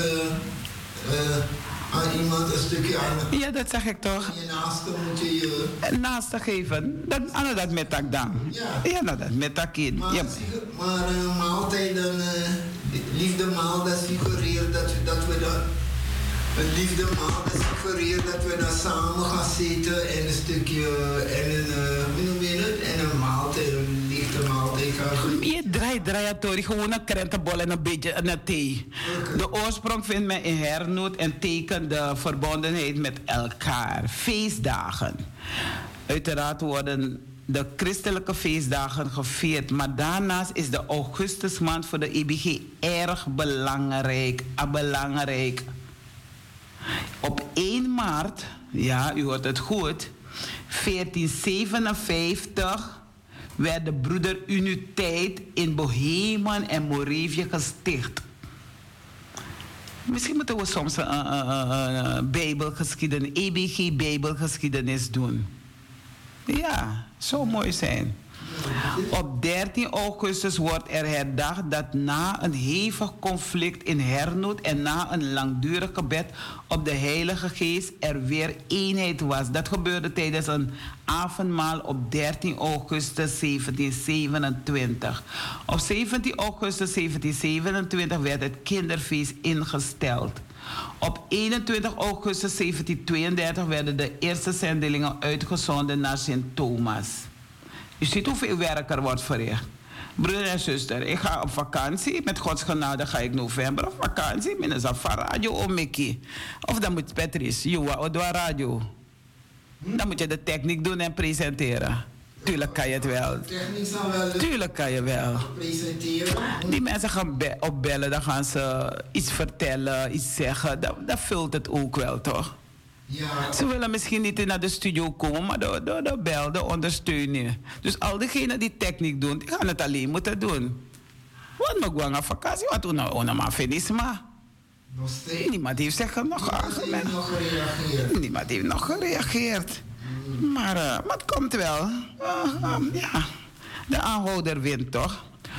aan iemand een stukje aan. Ja, dat zeg ik toch. Je naaste moet je naaste geven. Dat met dat dan. Ja, dat met dat kind. Maar, maar maaltijd dan, liefdemaal, dat suggereert dat we dan. Een liefdemaal, dat suggereert dat we dan samen gaan zitten en een stukje, hoe noem je het? En een maaltijd, een lichte maaltijd gaan genieten. Je draait, gewoon een krentenbol en een beetje een thee. Okay. De oorsprong vindt men in Hernoet en tekent de verbondenheid met elkaar. Feestdagen. Uiteraard worden de christelijke feestdagen gevierd, maar daarnaast is de augustusmaand voor de EBG erg belangrijk. Op 1 maart, ja, u hoort het goed, 1457 werd de broederuniteit in Bohemen en Moravië gesticht. Misschien moeten we soms een bijbelgeschiedenis, EBG bijbelgeschiedenis doen. Ja, zou mooi zijn. Op 13 augustus wordt er herdacht dat na een hevig conflict in Hernoet en na een langdurig gebed op de Heilige Geest er weer eenheid was. Dat gebeurde tijdens een avondmaal op 13 augustus 1727. Op 17 augustus 1727 werd het kinderfeest ingesteld. Op 21 augustus 1732 werden de eerste zendelingen uitgezonden naar Sint Thomas. U ziet hoeveel werk er wordt verricht. Broeder en zuster, ik ga op vakantie. Met Gods genade ga ik november op vakantie. Met een radio of Mickey. Of dan moet Patrice, Joa, Odwa Radio. Dan moet je de techniek doen en presenteren. Tuurlijk kan je het wel. Tuurlijk kan je wel. Die mensen gaan opbellen, dan gaan ze iets vertellen, iets zeggen. Dat vult het ook wel, toch? Ja. Ze willen misschien niet naar de studio komen, maar door bel, de ondersteunen. Dus al diegenen die techniek doen, die gaan het alleen moeten doen. Wat nog wel een vakantie? Wat una maar finisma? Nog steeds? Niemand heeft zich nog aangemeld. Niemand heeft nog gereageerd. Maar het komt wel. Ja, de aanhouder wint toch?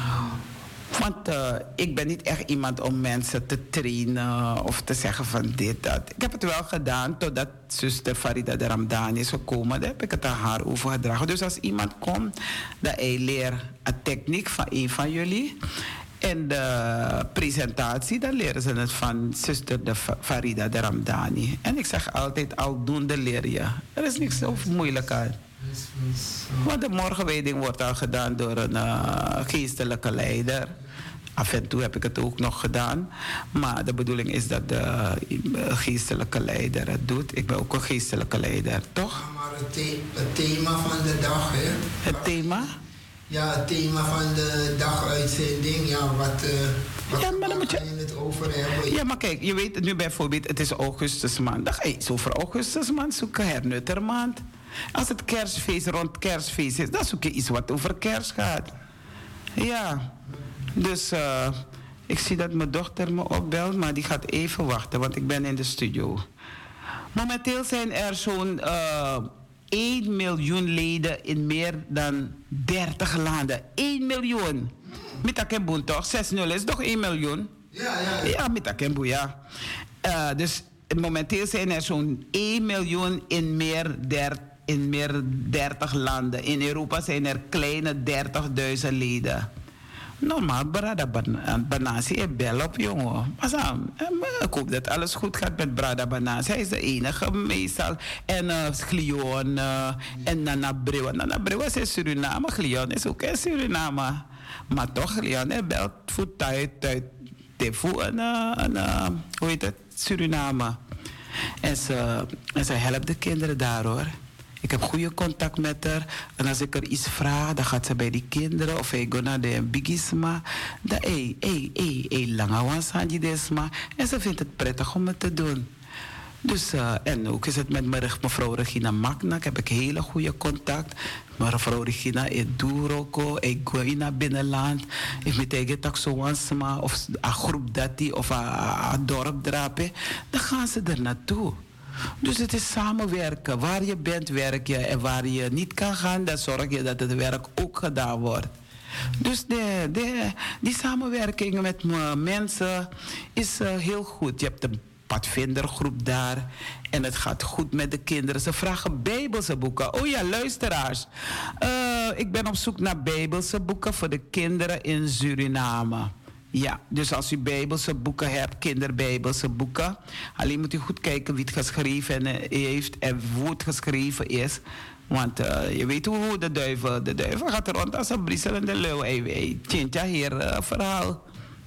Want ik ben niet echt iemand om mensen te trainen of te zeggen van dit, dat. Ik heb het wel gedaan totdat zuster Farida de Ramdani is gekomen. Daar heb ik het aan haar overgedragen. Dus als iemand komt dat hij leert een techniek van een van jullie en de presentatie, dan leren ze het van zuster Farida de Ramdani. En ik zeg altijd, aldoende leer je. Er is niks zo moeilijk aan. Want de morgenwijding wordt al gedaan door een geestelijke leider. Af en toe heb ik het ook nog gedaan. Maar de bedoeling is dat de geestelijke leider het doet. Ik ben ook een geestelijke leider, toch? Ja, maar het thema van de dag, hè? Het thema? Ja, het thema van de daguitzending. Ja, wat ja, maar dan moet ga je het over hebben? Ja, maar kijk, je weet nu bijvoorbeeld, het is augustusmaand. Dan ga je iets over augustusmaand zoeken, hernuttermaand. Als het kerstfeest, rond kerstfeest is, dan zoek je iets wat over kerst gaat. Ja, dus ik zie dat mijn dochter me opbelt, maar die gaat even wachten, want ik ben in de studio. Momenteel zijn er zo'n 1 miljoen leden in meer dan 30 landen. 1 miljoen. Mitakemboen toch? 6-0 is toch 1 miljoen? Ja. Ja, Mitakemboen, ja. Dus momenteel zijn er zo'n 1 miljoen in meer 30 landen. In Europa zijn er kleine 30.000 leden. Normaal, Brada Banasi is bel op, jongen. Maar ik hoop dat alles goed gaat met Brada Banasi. Hij is de enige meestal. En Glion en Nana Brewa. Nana Brewa is in Suriname. Glion is ook in Suriname. Maar toch, Glion belt voor tijd Tefu en hoe heet het? Suriname. En ze helpt de kinderen daar, hoor. Ik heb goede contact met haar. En als ik er iets vraag, dan gaat ze bij die kinderen. Of hij gaat naar de bigisma. Dan, lange wansanji desma. En ze vindt het prettig om het te doen. Dus, en ook is het met mevrouw Regina Magna. Heb ik hele goede contact. Mevrouw Regina is Duroko. Ik ga in het binnenland. Ik moet tegen taxowansma of een groep dati of een dorp drapen. Dan gaan ze er naartoe. Dus het is samenwerken. Waar je bent, werk je. En waar je niet kan gaan, dan zorg je dat het werk ook gedaan wordt. Dus die samenwerking met mensen is heel goed. Je hebt een padvindergroep daar. En het gaat goed met de kinderen. Ze vragen Bijbelse boeken. Oh ja, luisteraars. Ik ben op zoek naar Bijbelse boeken voor de kinderen in Suriname. Ja, dus als u Bijbelse boeken hebt, kinderbijbelse boeken, alleen moet u goed kijken wie het geschreven heeft en hoe het geschreven is. Want je weet hoe de duivel gaat rond als een briezelende leeuw. Hij tjintja hier verhaal.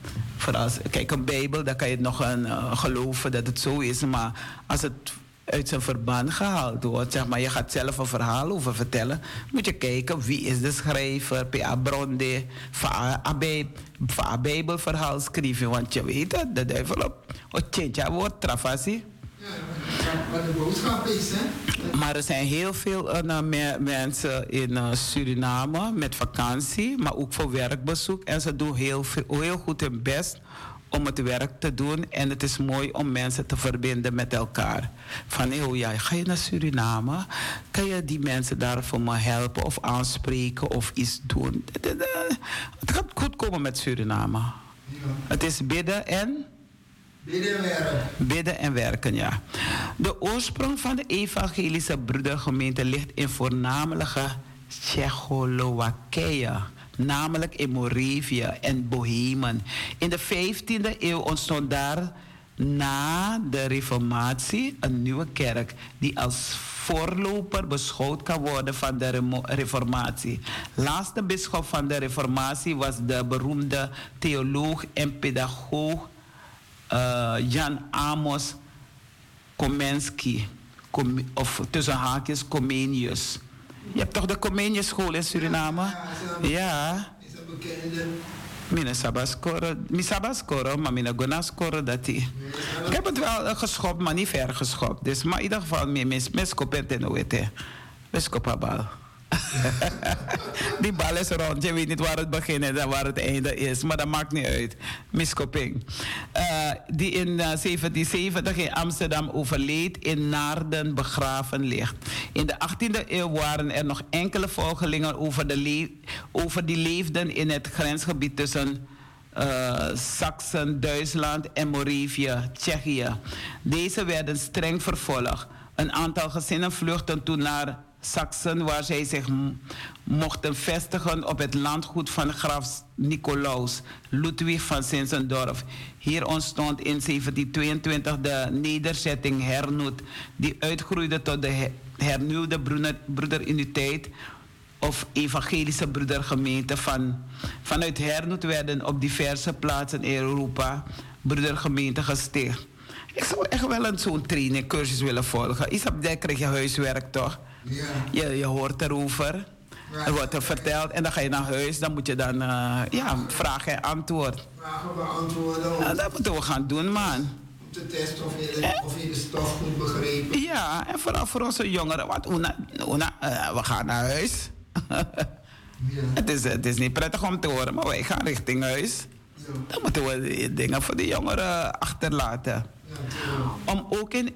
Kijk, een Bijbel, dan kan je het nog geloven dat het zo is. Maar als het uit zijn verband gehaald wordt, zeg maar, je gaat zelf een verhaal over vertellen, moet je kijken wie is de schrijver, P.A. Bronde, van een Bijbelverhaal schrijven, want je weet het, de duivel op Otjentja wordt trafasi. Ja, wat de boodschap is, hè? Maar er zijn heel veel mensen in Suriname met vakantie, maar ook voor werkbezoek. En ze doen heel goed hun best om het werk te doen. En het is mooi om mensen te verbinden met elkaar. Van, oh ja, ga je naar Suriname? Kan je die mensen daar voor me helpen of aanspreken of iets doen? Het gaat goed komen met Suriname. Ja. Het is bidden en... Bidden en werken, ja. De oorsprong van de evangelische broedergemeente ligt in voornamelijke Tsjechoslowakije, namelijk in Moravië en Bohemen. In de 15e eeuw ontstond daar na de Reformatie een nieuwe kerk die als voorloper beschouwd kan worden van de Reformatie. Laatste bisschop van de Reformatie was de beroemde theoloog en pedagoog Jan Amos Komensky, of tussen haakjes Comenius. Je hebt toch de Comenius school in Suriname? Ja. Is een bekende. Mina sabaskoro, maar mina gonaskoro dat die. Ik heb het wel geschopt, maar niet ver geschopt. Dus, maar in ieder geval, mes kopet en ooit. Mes kopabal. Die bal is rond. Je weet niet waar het begin is en waar het einde is. Maar dat maakt niet uit. Miskoping. Die in 1770 in Amsterdam overleed, in Naarden begraven ligt. In de 18e eeuw waren er nog enkele volgelingen over die leefden in het grensgebied tussen Saksen, Duitsland en Moravië, Tsjechië. Deze werden streng vervolgd. Een aantal gezinnen vluchtten toen naar Saksen, waar zij zich mochten vestigen op het landgoed van graaf Nicolaus Ludwig van Zinzendorf. Hier ontstond in 1722 de nederzetting Hernoet, die uitgroeide tot de hernieuwde broederuniteit of evangelische broedergemeente. Vanuit Hernoet werden op diverse plaatsen in Europa broedergemeenten gesticht. Ik zou echt wel zo'n training, cursus willen volgen. Isab, daar krijg je huiswerk toch? Ja. Je hoort erover. Er wordt er verteld en dan ga je naar huis. Dan moet je dan vragen en antwoord. Vragen beantwoorden. Dat moeten we gaan doen, man. Om te testen of je de stof goed begrepen. Ja, en vooral voor onze jongeren. Want we gaan naar huis. Het is niet prettig om te horen, maar wij gaan richting huis. Ja. Dan moeten we dingen voor de jongeren achterlaten. Ja, om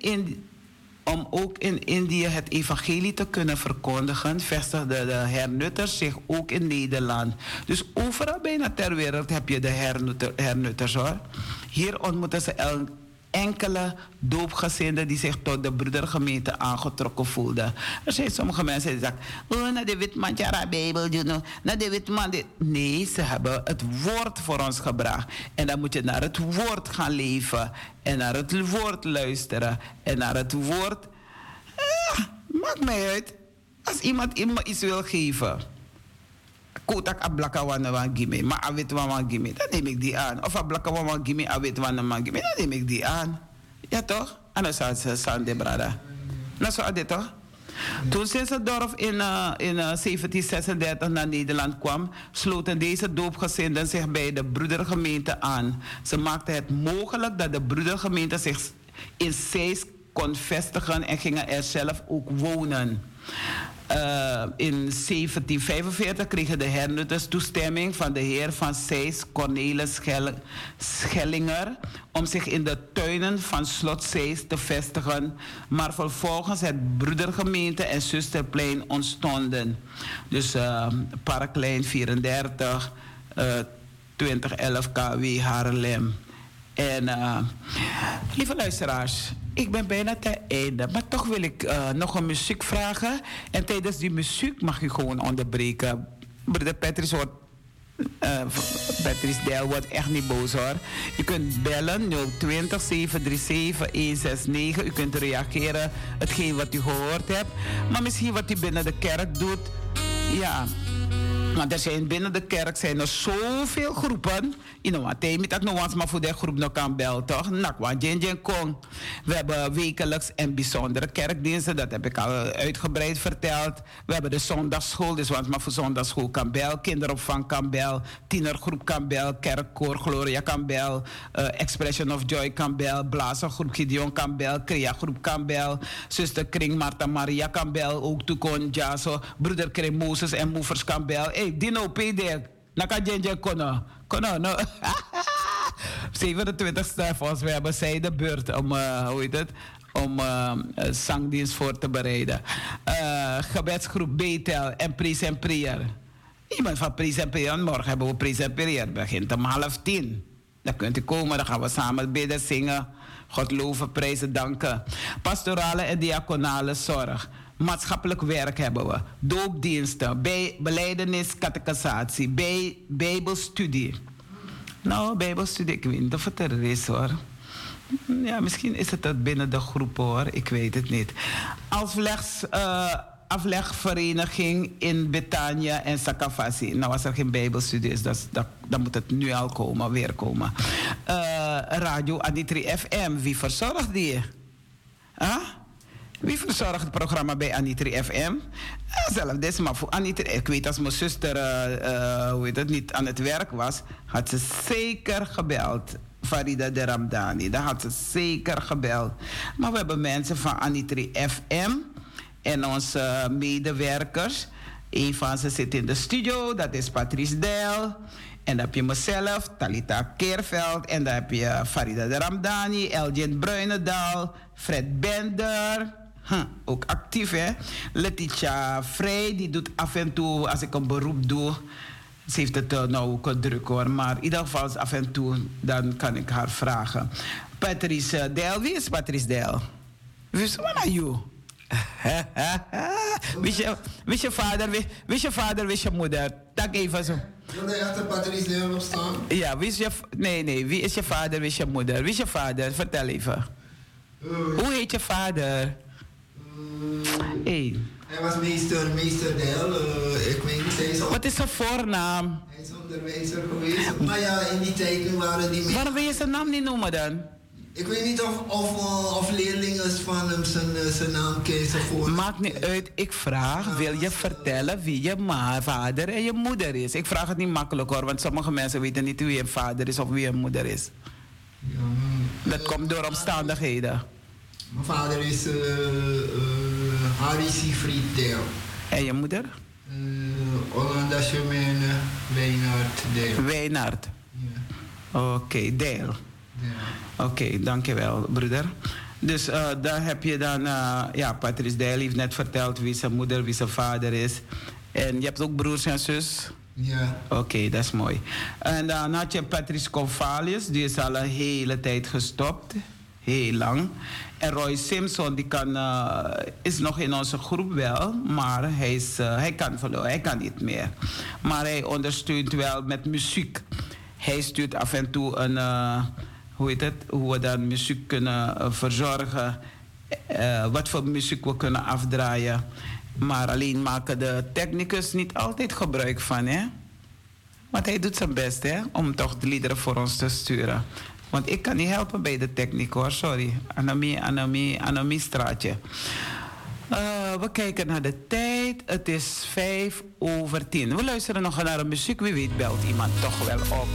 ook in Indië het evangelie te kunnen verkondigen, vestigden de hernutters zich ook in Nederland. Dus overal bijna ter wereld heb je de hernutters hoor. Hier ontmoeten ze enkele doopgezinden die zich tot de broedergemeente aangetrokken voelden. Er zijn sommige mensen die zeggen, naar de witman, ja, Bijbel, naar de witman. Nee, ze hebben het woord voor ons gebracht. En dan moet je naar het woord gaan leven. En naar het woord luisteren. En naar het woord... maakt mij uit. Als iemand me iets wil geven... Kotak ablaka wana gimi, maar awit wana gimi, dan neem ik die aan. Of ablaka wana gimi, awit wana gimi, dan neem ik die aan. Ja toch? En dan zou ze sande brada. Nou zo dit toch? Toen Zinzendorf in 1736 naar Nederland kwam, sloten deze doopgezinden zich bij de broedergemeente aan. Ze maakten het mogelijk dat de broedergemeente zich in Zeist kon vestigen en gingen er zelf ook wonen. In 1745 kregen de hernutters toestemming van de heer van Zeist, Cornelis Schellinger, om zich in de tuinen van slot Zeist te vestigen, maar vervolgens het broedergemeente en zusterplein ontstonden. Dus Parklein 34, 2011 KW Haarlem. En lieve luisteraars, ik ben bijna ten einde, maar toch wil ik nog een muziek vragen. En tijdens die muziek mag u gewoon onderbreken. Broeder Patrice Del wordt echt niet boos hoor. U kunt bellen 020 737 169. U kunt reageren hetgeen wat u gehoord hebt. Maar misschien wat u binnen de kerk doet. Ja. Want er zijn binnen de kerk zijn er zoveel groepen. Maar voor de groep nog kan bellen, toch? We hebben wekelijks en bijzondere kerkdiensten. Dat heb ik al uitgebreid verteld. We hebben de zondagschool. Dus want maar voor zondagschool kan bel. Kinderopvang kan bel. Tienergroep kan bel. Kerkkoor Gloria kan bel. Expression of Joy kan bel. Blazergroep Gideon kan bel. Crea-groep kan bel. Zusterkring Marta Maria kan bel. Ook Toekon Jaso. Broederkring Mozes en Movers kan bel. Hey, Dino PD. Naka Jenje Kono. Kono, no. 27e volgens mij hebben zij de beurt om, om zangdienst voor te bereiden. Gebedsgroep Betel en Pries en Prier. Iemand van Pries en Prier. Morgen hebben we Pries en Prier. Het begint om 9:30. Dan kunt u komen, dan gaan we samen bidden, zingen. God loven, prijzen, danken. Pastorale en diaconale zorg. Maatschappelijk werk hebben we. Doopdiensten, belijdenis, catechisatie, bijbelstudie. Nou, bijbelstudie, ik weet niet of het er is hoor. Ja, misschien is het binnen de groep hoor, ik weet het niet. Aflegvereniging in Betania en Sakavasi. Nou, als er geen bijbelstudie is, dan moet het nu al komen, weer komen. Radio Anitri FM, wie verzorgt die? Huh? Wie verzorgt het programma bij Anitri FM? Zelf deze, maar voor Anitri. Ik weet als mijn zuster niet aan het werk was, had ze zeker gebeld. Farida de Ramdani, dan had ze zeker gebeld. Maar we hebben mensen van Anitri FM en onze medewerkers Een van ze zit in de studio, dat is Patrice Del. En dan heb je mezelf, Talita Keerveld. En dan heb je Farida de Ramdani, Elgin Bruinendaal, Fred Bender. Ook actief, hè? Letitia Vrij, die doet af en toe, als ik een beroep doe. Ze heeft het nou ook druk hoor, maar in ieder geval af en toe, dan kan ik haar vragen. Patrice Del, wie is Patrice Del? Wie is jou? Wie is je vader, wie is je vader, wie is je moeder? Tak even zo. Wil je achter Patrice Del op staan? Ja, wie is je... Nee, wie is je vader, wie is je moeder? Wie is je vader? Vertel even. Hoe heet je vader? Hey. Hij was meester Del. Ik weet niet, hij is Wat is zijn voornaam? Hij is onderwijzer geweest. Maar ja, in die tijd nu waren die... Waarom wil je zijn naam niet noemen dan? Ik weet niet of leerlingen van hem zijn naam kiezen. Maakt niet uit. Ik vraag, wil je vertellen wie je vader en je moeder is? Ik vraag het niet makkelijk hoor, want sommige mensen weten niet wie een vader is of wie een moeder is. Ja, dat komt door omstandigheden. Mijn vader is Harry Siegfried Del. En je moeder? Olanda Chemene Weinard Del. Weinard? Ja. Oké, Del. Oké, dankjewel, broeder. Dus daar heb je dan... ja, Patrice Del heeft net verteld wie zijn moeder, wie zijn vader is. En je hebt ook broers en zus? Ja. Oké, dat is mooi. En dan had je Patrice Convalius, die is al een hele tijd gestopt. Heel lang. En Roy Simpson, die is nog in onze groep wel, maar hij kan niet meer. Maar hij ondersteunt wel met muziek. Hij stuurt af en toe een... hoe we dan muziek kunnen verzorgen. Wat voor muziek we kunnen afdraaien. Maar alleen maken de technicus niet altijd gebruik van, hè? Want hij doet zijn best, hè? Om toch de liederen voor ons te sturen. Want ik kan niet helpen bij de techniek, hoor. Sorry. Anomie straatje. We kijken naar de tijd. Het is 5:05. We luisteren nog naar de muziek. Wie weet belt iemand toch wel op.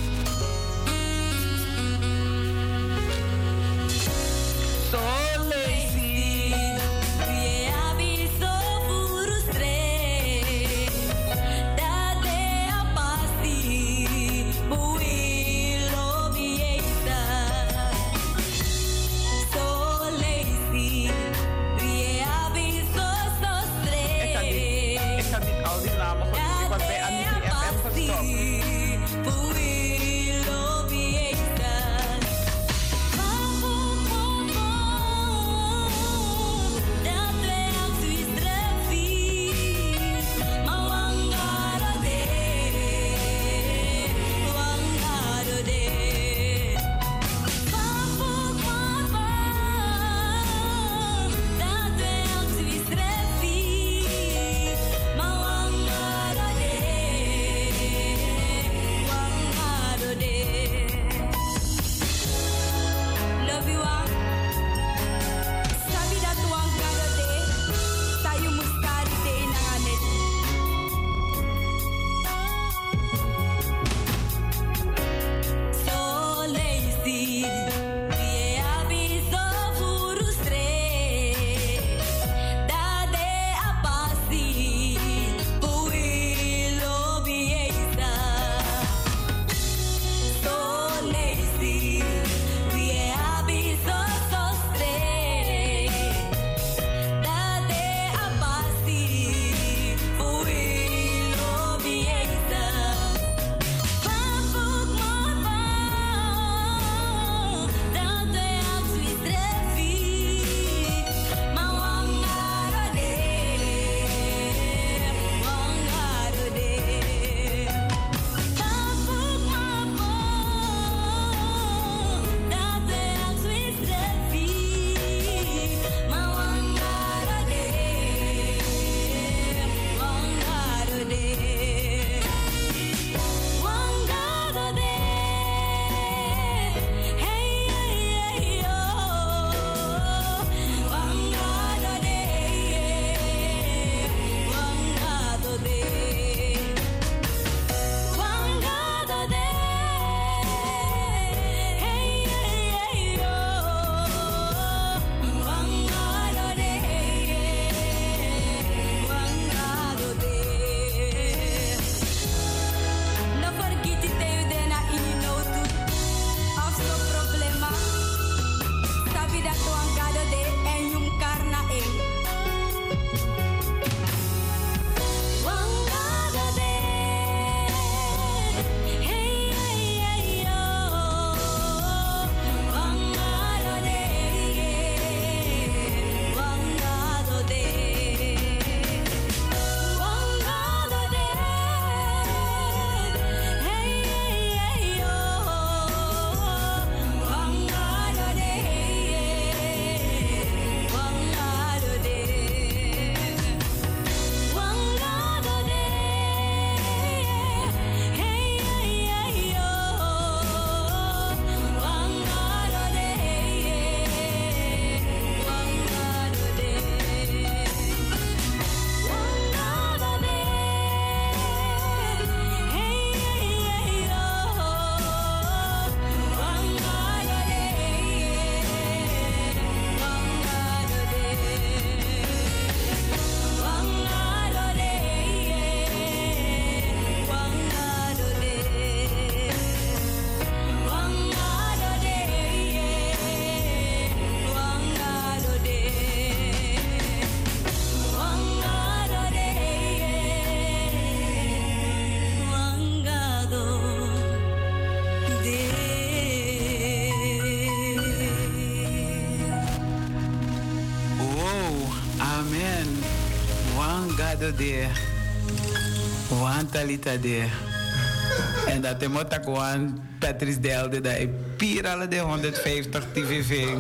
gado de. Wan talita de. En dat de motak wan Patrice Delde dat ik pirale de 150 TVV.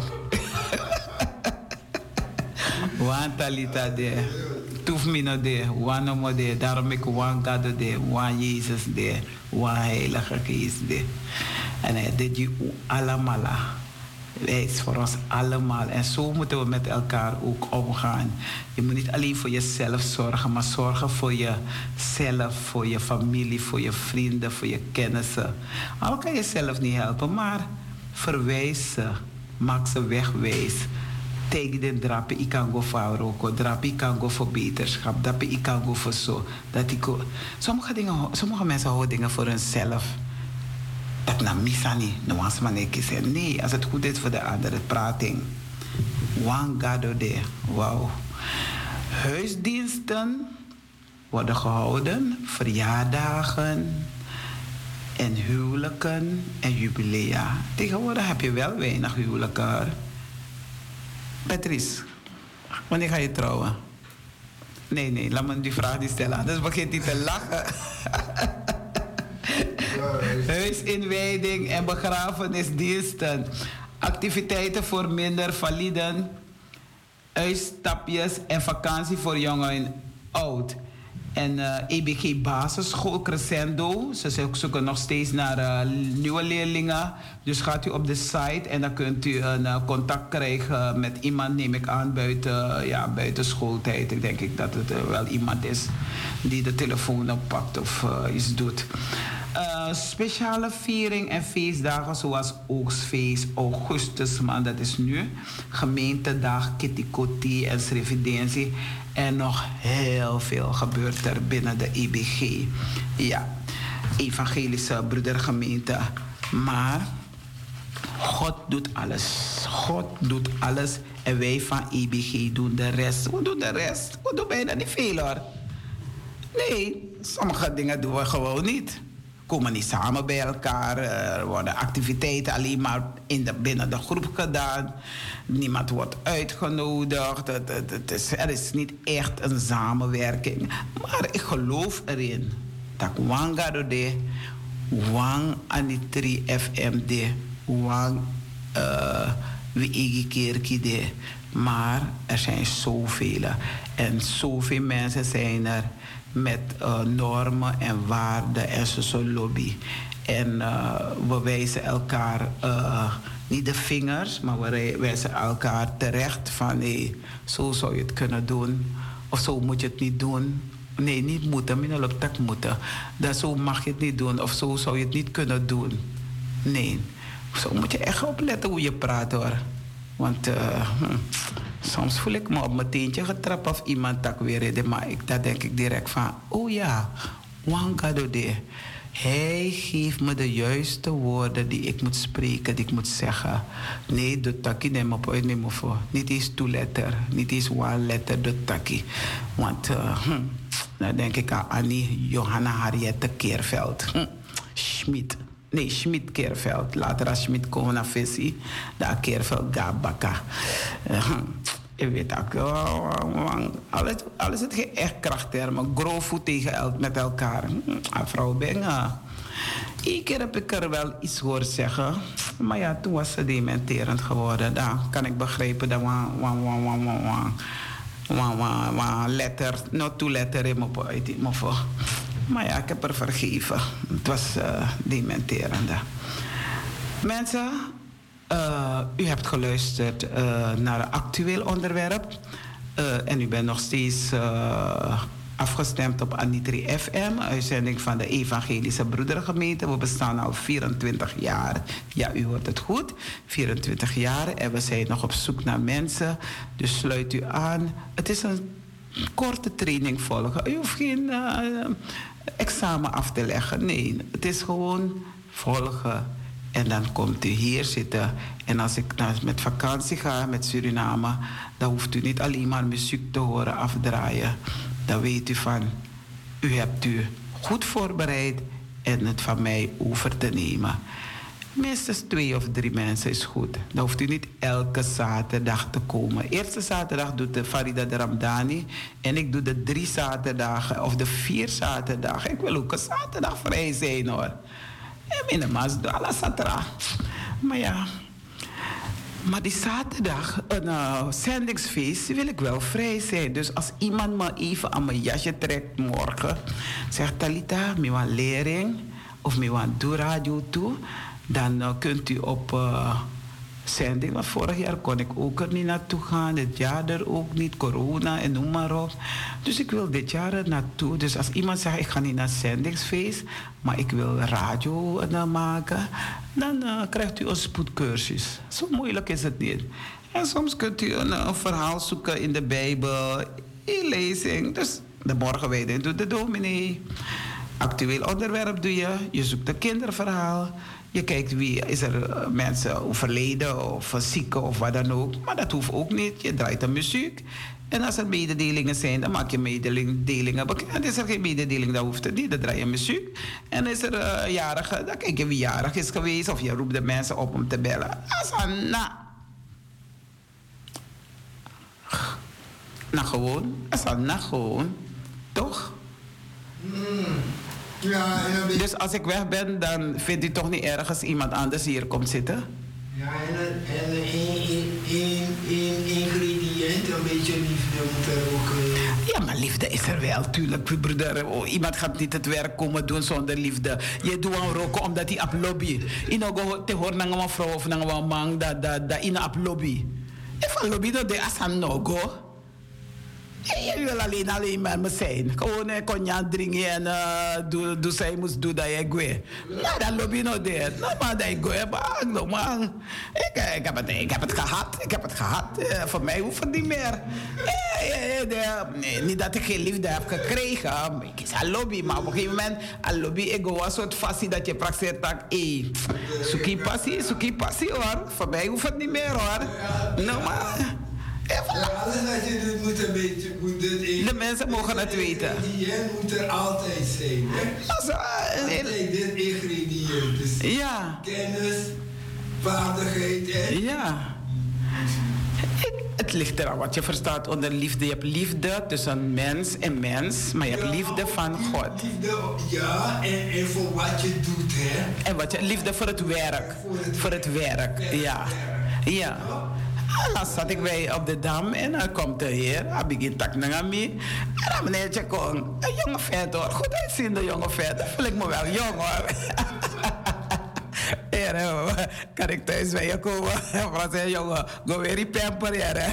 Wan talita de. Toef mino de. Wan omo de. Daarom ik wan gado de. Wan Jezus de. Wan Heilige Geest de. En hij deed je allemaal. Hij is voor ons allemaal. En zo moeten we met elkaar ook omgaan. Je moet niet alleen voor jezelf zorgen, maar zorgen voor jezelf, voor je familie, voor je vrienden, voor je kennissen. Al kan je zelf niet helpen, maar verwijs ze. Maak ze wegwijs. Tegen de drapen, ik kan go voor roko, drapen, ik kan go voor beterschap, drapen, ik kan go voor zo. Sommige mensen houden dingen voor hunzelf. Dat na misa niet, nuance maar kiezen. Nee, als het goed is voor de andere prating. One gado de, wauw. Huisdiensten worden gehouden, verjaardagen en huwelijken en jubilea. Tegenwoordig heb je wel weinig huwelijken. Patrice, wanneer ga je trouwen? Nee, laat me die vraag niet stellen, anders begint hij te lachen. Huisinwijding en begrafenisdiensten. Activiteiten voor minder validen. Uitstapjes en vakantie voor jong en oud. En EBG Basisschool Crescendo. Ze zoeken nog steeds naar nieuwe leerlingen. Dus gaat u op de site en dan kunt u een contact krijgen met iemand, neem ik aan, buiten schooltijd. Ik denk dat het wel iemand is die de telefoon oppakt of iets doet. Speciale viering en feestdagen zoals Oogstfeest, Augustusmaand, dat is nu. Gemeentedag, Kitty en Srevidentie. En nog heel veel gebeurt er binnen de EBG. Ja, evangelische broedergemeente. Maar God doet alles. God doet alles. En wij van EBG doen de rest. We doen de rest. We doen bijna niet veel hoor. Nee, sommige dingen doen we gewoon niet. Komen niet samen bij elkaar. Er worden activiteiten alleen maar binnen de groep gedaan. Niemand wordt uitgenodigd. Er is niet echt een samenwerking. Maar ik geloof erin dat Wang Garode, Wang Anitri FMD, Wang Wiigi Kerkide. Maar er zijn zoveel. En zoveel mensen zijn er met normen en waarden en zo'n lobby. En we wijzen elkaar niet de vingers, maar we wijzen elkaar terecht van nee, zo zou je het kunnen doen. Of zo moet je het niet doen. Nee, niet moeten, minder op tak moeten. Dat zo mag je het niet doen of zo zou je het niet kunnen doen. Nee, zo moet je echt opletten hoe je praat hoor. Want soms voel ik me op mijn teentje getrapt of iemand tak weer redden. Maar daar denk ik direct van, oh ja, Wangadode. Hij geeft me de juiste woorden die ik moet spreken, die ik moet zeggen. Nee, de taki neem op uit, neem op. Niet eens two-letter, niet eens one-letter, de taki. Want dan denk ik aan Annie Johanna Harriette Keerveld. Schmid Keerveld. Later als Schmid komen naar Vissie, daar Keerveld Gabaka. Je weet ook, alles het geen echt krachttermen. Grootvoet met elkaar. Vrouw Benga. Eén keer heb ik er wel iets horen zeggen. Maar ja, toen was ze dementerend geworden. Dan kan ik begrijpen dat letter, not two letter in mijn voor. Maar ja, ik heb er vergeven. Het was dementerend. Mensen, u hebt geluisterd naar een actueel onderwerp. En u bent nog steeds afgestemd op Anitri FM, uitzending van de Evangelische Broedergemeente. We bestaan al 24 jaar. Ja, u hoort het goed. 24 jaar en we zijn nog op zoek naar mensen. Dus sluit u aan. Het is een korte training volgen. U hoeft geen examen af te leggen. Nee, het is gewoon volgen. En dan komt u hier zitten. En als ik met vakantie ga met Suriname, dan hoeft u niet alleen maar muziek te horen afdraaien. Dan weet u van, u hebt u goed voorbereid en het van mij over te nemen. Minstens 2 of 3 mensen is goed. Dan hoeft u niet elke zaterdag te komen. Eerste zaterdag doet de Farida de Ramdani. En ik doe de 3 zaterdagen of de 4 zaterdagen. Ik wil ook een zaterdag vrij zijn hoor. En minema's doen alles zaterdag. Maar ja. Maar die zaterdag, een zendingsfeest, wil ik wel vrij zijn. Dus als iemand me even aan mijn jasje trekt morgen. Zegt Talita, mi wan lering. Of mi wan doe radio toe. Dan kunt u op zending. Want vorig jaar kon ik ook er niet naartoe gaan. Dit jaar er ook niet. Corona en noem maar op. Dus ik wil dit jaar er naartoe. Dus als iemand zegt ik ga niet naar zendingsfeest. Maar ik wil radio maken. Dan krijgt u een spoedcursus. Zo moeilijk is het niet. En soms kunt u een verhaal zoeken in de Bijbel. In lezing. Dus de morgenwijding doet de dominee. Actueel onderwerp doe je. Je zoekt een kinderverhaal. Je kijkt wie is er mensen overleden of zieken of wat dan ook. Maar dat hoeft ook niet. Je draait de muziek. En als er mededelingen zijn, dan maak je mededelingen bekend. Is er geen mededeling, dan hoeft het niet. Dan draai je muziek. En is er jarige, dan kijk je wie jarig is geweest. Of je roept de mensen op om te bellen. Asana. Nou gewoon. Asana gewoon. Toch? Ja, dus als ik weg ben, dan vindt u toch niet erg als iemand anders hier komt zitten? Ja, en één ingrediënt, een beetje liefde moet er ook... Ja, maar liefde is er wel, tuurlijk, broeder. Oh, iemand gaat niet het werk komen doen zonder liefde. Je doet aan roken omdat hij op lobby. Je go te horen naar een vrouw of naar een man dat in op lobby. If een lobby dat de asan no go. Je wil alleen maar me zijn. Gewoon cognac drinken en doe zij moest doen dat je goe. Nou, dat lobby nog deed. Nou, maar dat je goe, man. Ik heb het gehad. Voor mij hoeft het niet meer. Niet dat ik geen liefde heb gekregen. Ik is een lobby, maar op een gegeven moment, een lobby, ik was een soort passie dat je praktiseert. Zoekie passie hoor. Voor mij hoeft het niet meer hoor. Nou, maar... Ja, alles wat je doet moet een beetje... de mensen mogen het weten. Het ingrediënt moet er altijd zijn. Hè? Altijd dit ingrediënt. Dus ja. Kennis, vaardigheid en... Ja. Het ligt eraan wat je verstaat onder liefde. Je hebt liefde tussen mens en mens, maar je hebt liefde van God. Liefde, ja, en voor wat je doet, hè. En wat je, liefde voor het werk. Voor het werk, ja. Ja. Dan zat ik bij op de dam en dan komt de heer. Hij begint tak naar me. En dan meneertje kon. Een jonge vet hoor. Goed uitziende jonge vet. Dat voel ik me wel jong hoor. Heer, kan ik thuis bij je komen? Mevrouw zei, jongen, go weer die pamper, heer.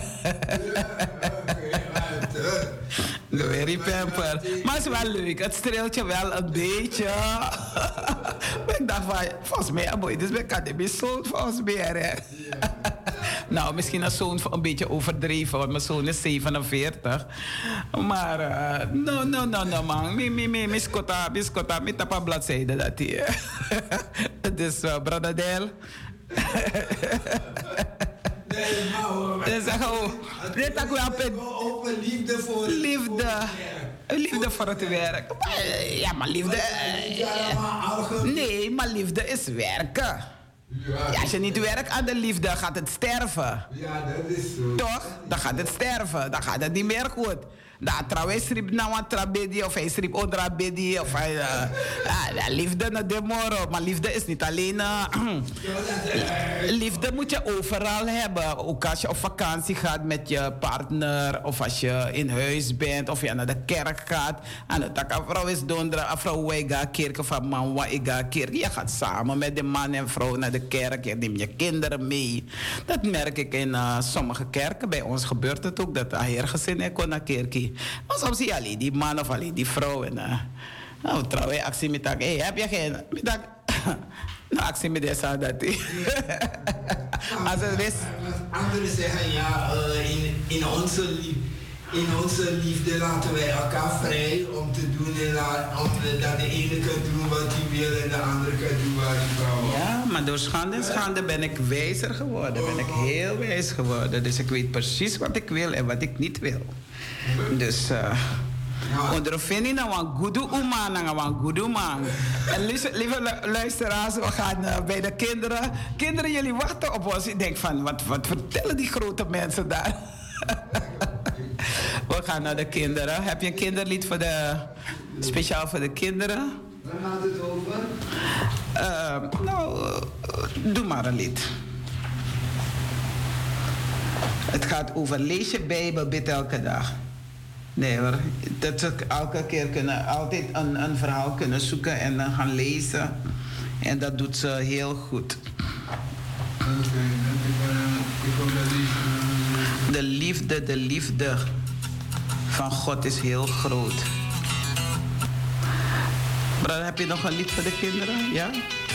Go weer die pamper. Maar het is wel leuk. Het streelt je wel een beetje. Maar ik dacht van, volgens mij, boy, dit is mijn academie-zoon volgens mij, hè. Nou, misschien een zoon een beetje overdreven, want mijn zoon is 47. Maar, no, man. Miskota, met een paar bladzijden dat hier. Dus, brother Del. Nee, maar dus dit is over liefde voor liefde. Liefde voor het werk. Ja, maar liefde... Nee, maar liefde is werken. Ja, als je niet werkt aan de liefde, gaat het sterven. Ja, dat is zo. Toch? Dan gaat het sterven. Dan gaat het niet meer goed. Dan trouwens schreef nou een tragedie of hij schreef onder een bedie of hij... liefde naar de moro. Maar liefde is niet alleen... liefde moet je overal hebben. Ook als je op vakantie gaat met je partner. Of als je in huis bent. Of je naar de kerk gaat. En dan kan vrouw is donderen. Vrouw wij gaan kerk of man wij gaan kerk. Je gaat samen met de man en vrouw naar de kerk. Je neemt je kinderen mee. Dat merk ik in sommige kerken. Bij ons gebeurt het ook. Dat heer gezin kon naar kerk. Maar soms zie je alleen die man of alleen die vrouw. En nou, trouwens, actie met dat. Hé, heb je geen... Nou, actie met deze dat. Als het is... Anderen zeggen, ja, in onze liefde laten wij elkaar vrij om te doen dat de ene kan doen wat hij wil en de andere kan doen wat hij wil. Ja, maar door schande en schande ben ik wijzer geworden. Ben ik heel wijs geworden. Dus ik weet precies wat ik wil en wat ik niet wil. Dus Onder vind je een goede man en een goede man. En lieve luisteraars, we gaan bij de kinderen. Kinderen, jullie wachten op ons. Ik denk van, wat vertellen die grote mensen daar? We gaan naar de kinderen. Heb je een kinderlied speciaal voor de kinderen? Waar gaat het over? Doe maar een lied. Het gaat over lees je Bijbel, bid elke dag. Nee hoor, dat ze elke keer altijd een verhaal kunnen zoeken en dan gaan lezen. En dat doet ze heel goed. De liefde van God is heel groot. Maar heb je nog een lied voor de kinderen? Ja?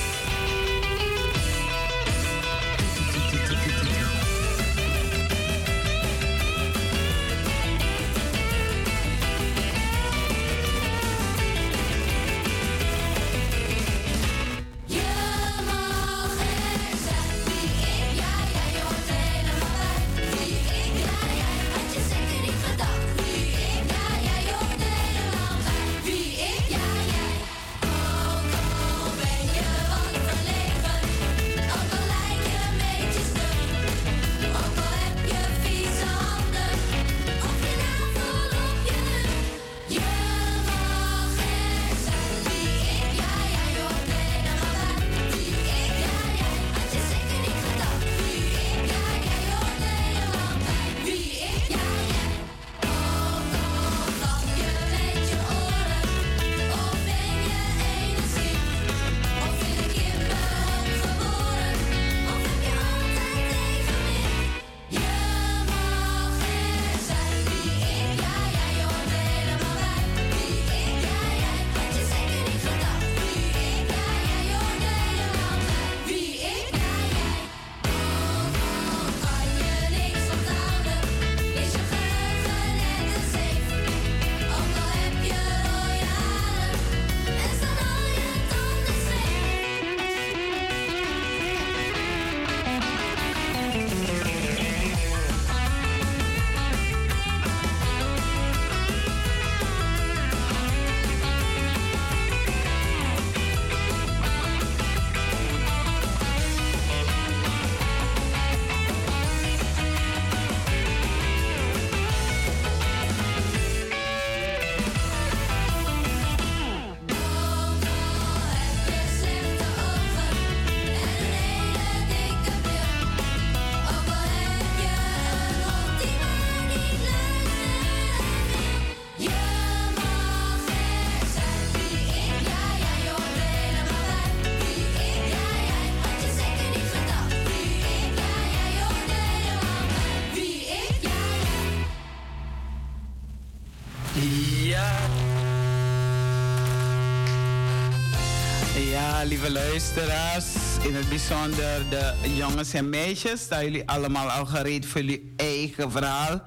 Lieve luisteraars, in het bijzonder de jongens en meisjes, staan jullie allemaal al gereed voor jullie eigen verhaal.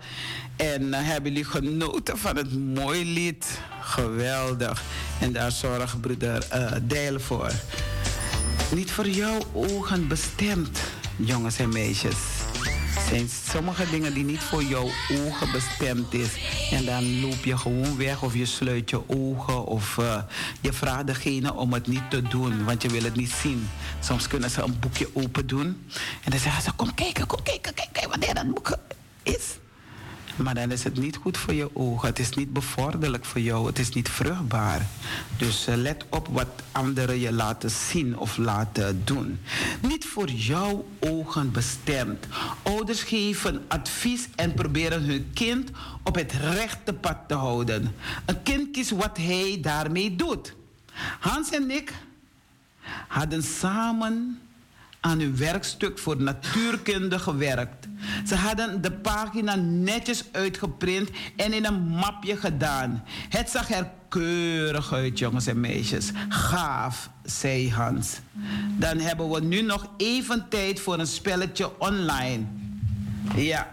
En hebben jullie genoten van het mooie lied? Geweldig. En daar zorgt broeder Deil voor. Niet voor jouw ogen bestemd, jongens en meisjes. Zijn sommige dingen die niet voor jouw ogen bestemd is. En dan loop je gewoon weg of je sluit je ogen of je vraagt degene om het niet te doen, want je wil het niet zien. Soms kunnen ze een boekje open doen en dan zeggen ze kom kijken, kijk wat er dat boek is. Maar dan is het niet goed voor je ogen. Het is niet bevorderlijk voor jou. Het is niet vruchtbaar. Dus let op wat anderen je laten zien of laten doen. Niet voor jouw ogen bestemd. Ouders geven advies en proberen hun kind op het rechte pad te houden. Een kind kiest wat hij daarmee doet. Hans en ik hadden samen aan hun werkstuk voor natuurkunde gewerkt. Ze hadden de pagina netjes uitgeprint en in een mapje gedaan. Het zag er keurig uit, jongens en meisjes. Gaaf, zei Hans. Dan hebben we nu nog even tijd voor een spelletje online. Ja.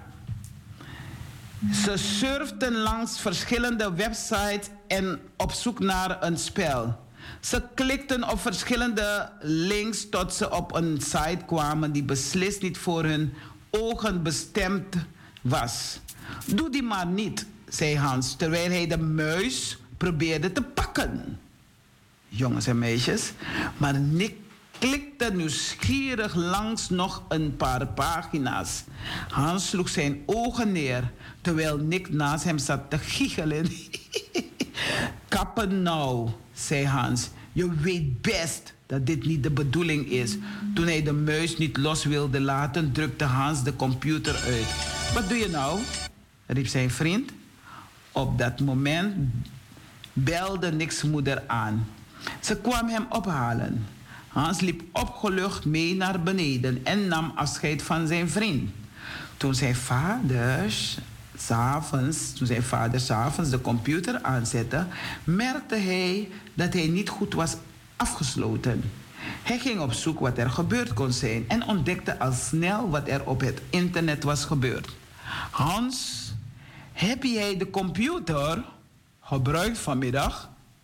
Ze surften langs verschillende websites en op zoek naar een spel. Ze klikten op verschillende links tot ze op een site kwamen die beslist niet voor hun ogen bestemd was. Doe die maar niet, zei Hans, terwijl hij de muis probeerde te pakken. Jongens en meisjes, maar Nick klikte nieuwsgierig langs nog een paar pagina's. Hans sloeg zijn ogen neer, terwijl Nick naast hem zat te giechelen. Kappen nou, zei Hans. Je weet best dat dit niet de bedoeling is. Toen hij de muis niet los wilde laten, drukte Hans de computer uit. Wat doe je nou? Riep zijn vriend. Op dat moment belde Nick's moeder aan. Ze kwam hem ophalen. Hans liep opgelucht mee naar beneden en nam afscheid van zijn vriend. Toen zijn vader 's avonds de computer aanzette, merkte hij dat hij niet goed was afgesloten. Hij ging op zoek wat er gebeurd kon zijn en ontdekte al snel wat er op het internet was gebeurd. Hans, heb jij de computer gebruikt vanmiddag?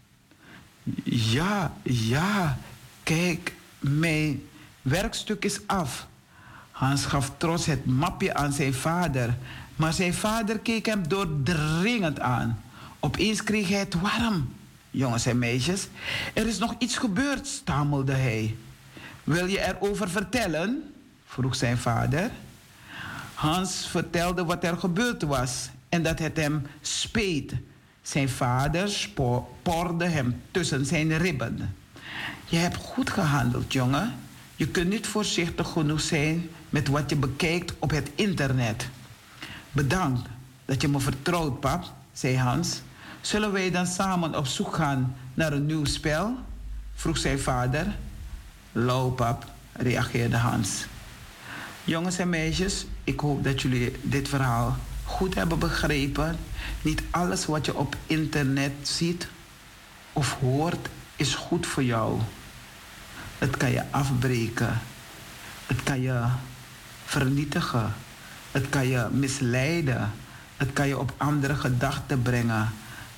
Ja, kijk, mijn werkstuk is af. Hans gaf trots het mapje aan zijn vader, maar zijn vader keek hem doordringend aan. Opeens kreeg hij het warm. Jongens en meisjes, er is nog iets gebeurd, stamelde hij. Wil je erover vertellen? Vroeg zijn vader. Hans vertelde wat er gebeurd was en dat het hem speet. Zijn vader porde hem tussen zijn ribben. Je hebt goed gehandeld, jongen. Je kunt niet voorzichtig genoeg zijn met wat je bekijkt op het internet. Bedankt dat je me vertrouwt, pap, zei Hans. Zullen wij dan samen op zoek gaan naar een nieuw spel? Vroeg zijn vader. Lauw, pap, reageerde Hans. Jongens en meisjes, ik hoop dat jullie dit verhaal goed hebben begrepen. Niet alles wat je op internet ziet of hoort is goed voor jou. Het kan je afbreken. Het kan je vernietigen. Het kan je misleiden. Het kan je op andere gedachten brengen.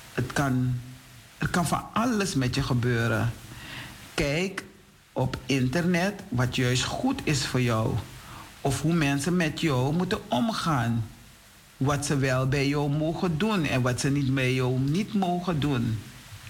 Er kan van alles met je gebeuren. Kijk op internet wat juist goed is voor jou. Of hoe mensen met jou moeten omgaan. Wat ze wel bij jou mogen doen en wat ze niet bij jou niet mogen doen.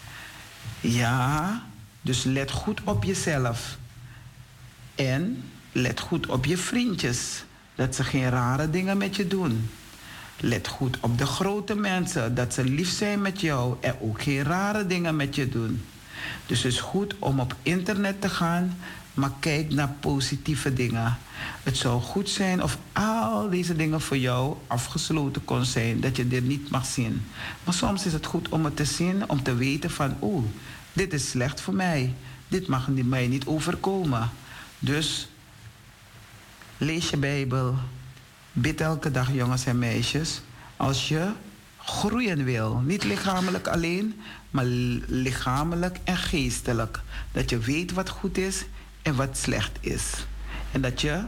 Ja, dus let goed op jezelf. En let goed op je vriendjes. Dat ze geen rare dingen met je doen. Let goed op de grote mensen. Dat ze lief zijn met jou en ook geen rare dingen met je doen. Dus het is goed om op internet te gaan, maar kijk naar positieve dingen. Het zou goed zijn of al deze dingen voor jou afgesloten kon zijn, dat je dit niet mag zien. Maar soms is het goed om het te zien, om te weten van, dit is slecht voor mij. Dit mag mij niet overkomen. Dus lees je Bijbel. Bid elke dag, jongens en meisjes. Als je groeien wil. Niet lichamelijk alleen, maar lichamelijk en geestelijk. Dat je weet wat goed is en wat slecht is. En dat je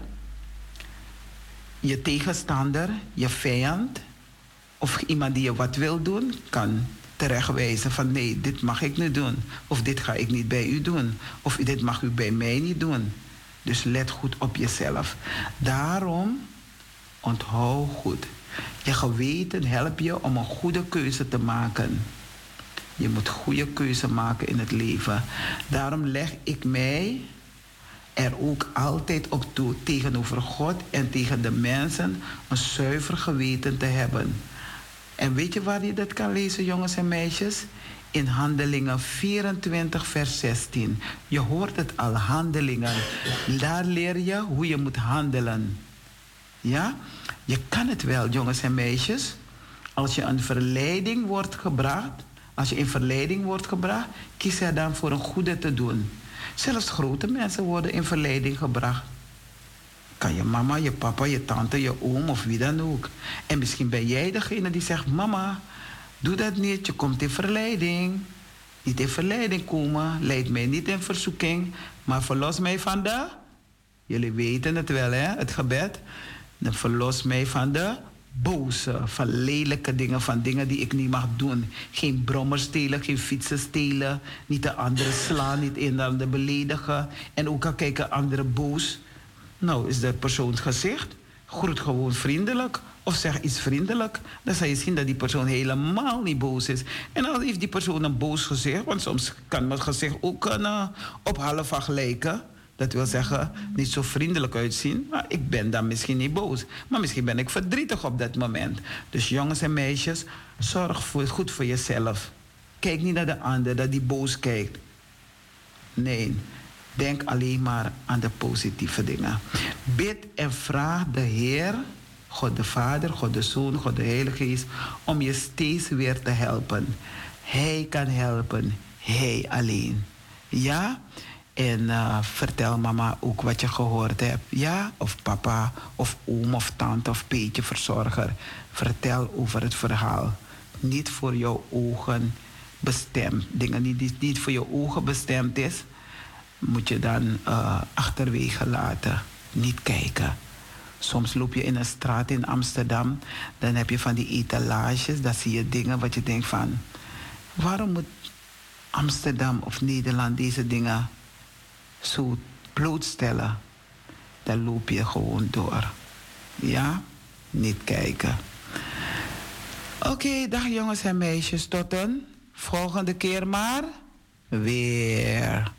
je tegenstander, je vijand of iemand die je wat wil doen, kan terechtwijzen van nee, dit mag ik niet doen. Of dit ga ik niet bij u doen. Of dit mag u bij mij niet doen. Dus let goed op jezelf. Daarom onthoud goed. Je geweten helpt je om een goede keuze te maken. Je moet goede keuze maken in het leven. Daarom leg ik mij er ook altijd op toe tegenover God en tegen de mensen een zuiver geweten te hebben. En weet je waar je dat kan lezen, jongens en meisjes? In Handelingen 24, vers 16. Je hoort het al, Handelingen. Daar leer je hoe je moet handelen. Ja? Je kan het wel, jongens en meisjes. Als je in verleiding wordt gebracht, kies er dan voor een goede te doen. Zelfs grote mensen worden in verleiding gebracht. Kan je mama, je papa, je tante, je oom of wie dan ook. En misschien ben jij degene die zegt, mama, doe dat niet, je komt in verleiding. Niet in verleiding komen, leidt mij niet in verzoeking, maar verlos mij van de... Jullie weten het wel, hè, het gebed. Dan verlos mij van de boze, van lelijke dingen, van dingen die ik niet mag doen. Geen brommer stelen, geen fietsen stelen, niet de anderen slaan, niet een ander beledigen. En ook al kijken anderen boos. Nou, is de persoon gezicht. Groet gewoon vriendelijk. Of zeg iets vriendelijk. Dan zal je zien dat die persoon helemaal niet boos is. En dan heeft die persoon een boos gezicht. Want soms kan mijn gezicht ook op halfvag lijken. Dat wil zeggen, niet zo vriendelijk uitzien. Maar ik ben dan misschien niet boos. Maar misschien ben ik verdrietig op dat moment. Dus jongens en meisjes, zorg goed voor jezelf. Kijk niet naar de ander, dat die boos kijkt. Nee, denk alleen maar aan de positieve dingen. Bid en vraag de Heer, God de Vader, God de Zoon, God de Heilige Geest, om je steeds weer te helpen. Hij kan helpen, hij alleen. Ja? En vertel mama ook wat je gehoord hebt. Ja? Of papa, of oom, of tante, of peetje, verzorger. Vertel over het verhaal. Niet voor jouw ogen bestemd. Dingen die niet voor je ogen bestemd is, moet je dan achterwege laten. Niet kijken. Soms loop je in een straat in Amsterdam. Dan heb je van die etalages. Dan zie je dingen wat je denkt van, waarom moet Amsterdam of Nederland deze dingen zo blootstellen? Dan loop je gewoon door. Ja? Niet kijken. Oké, dag jongens en meisjes. Tot een volgende keer maar weer.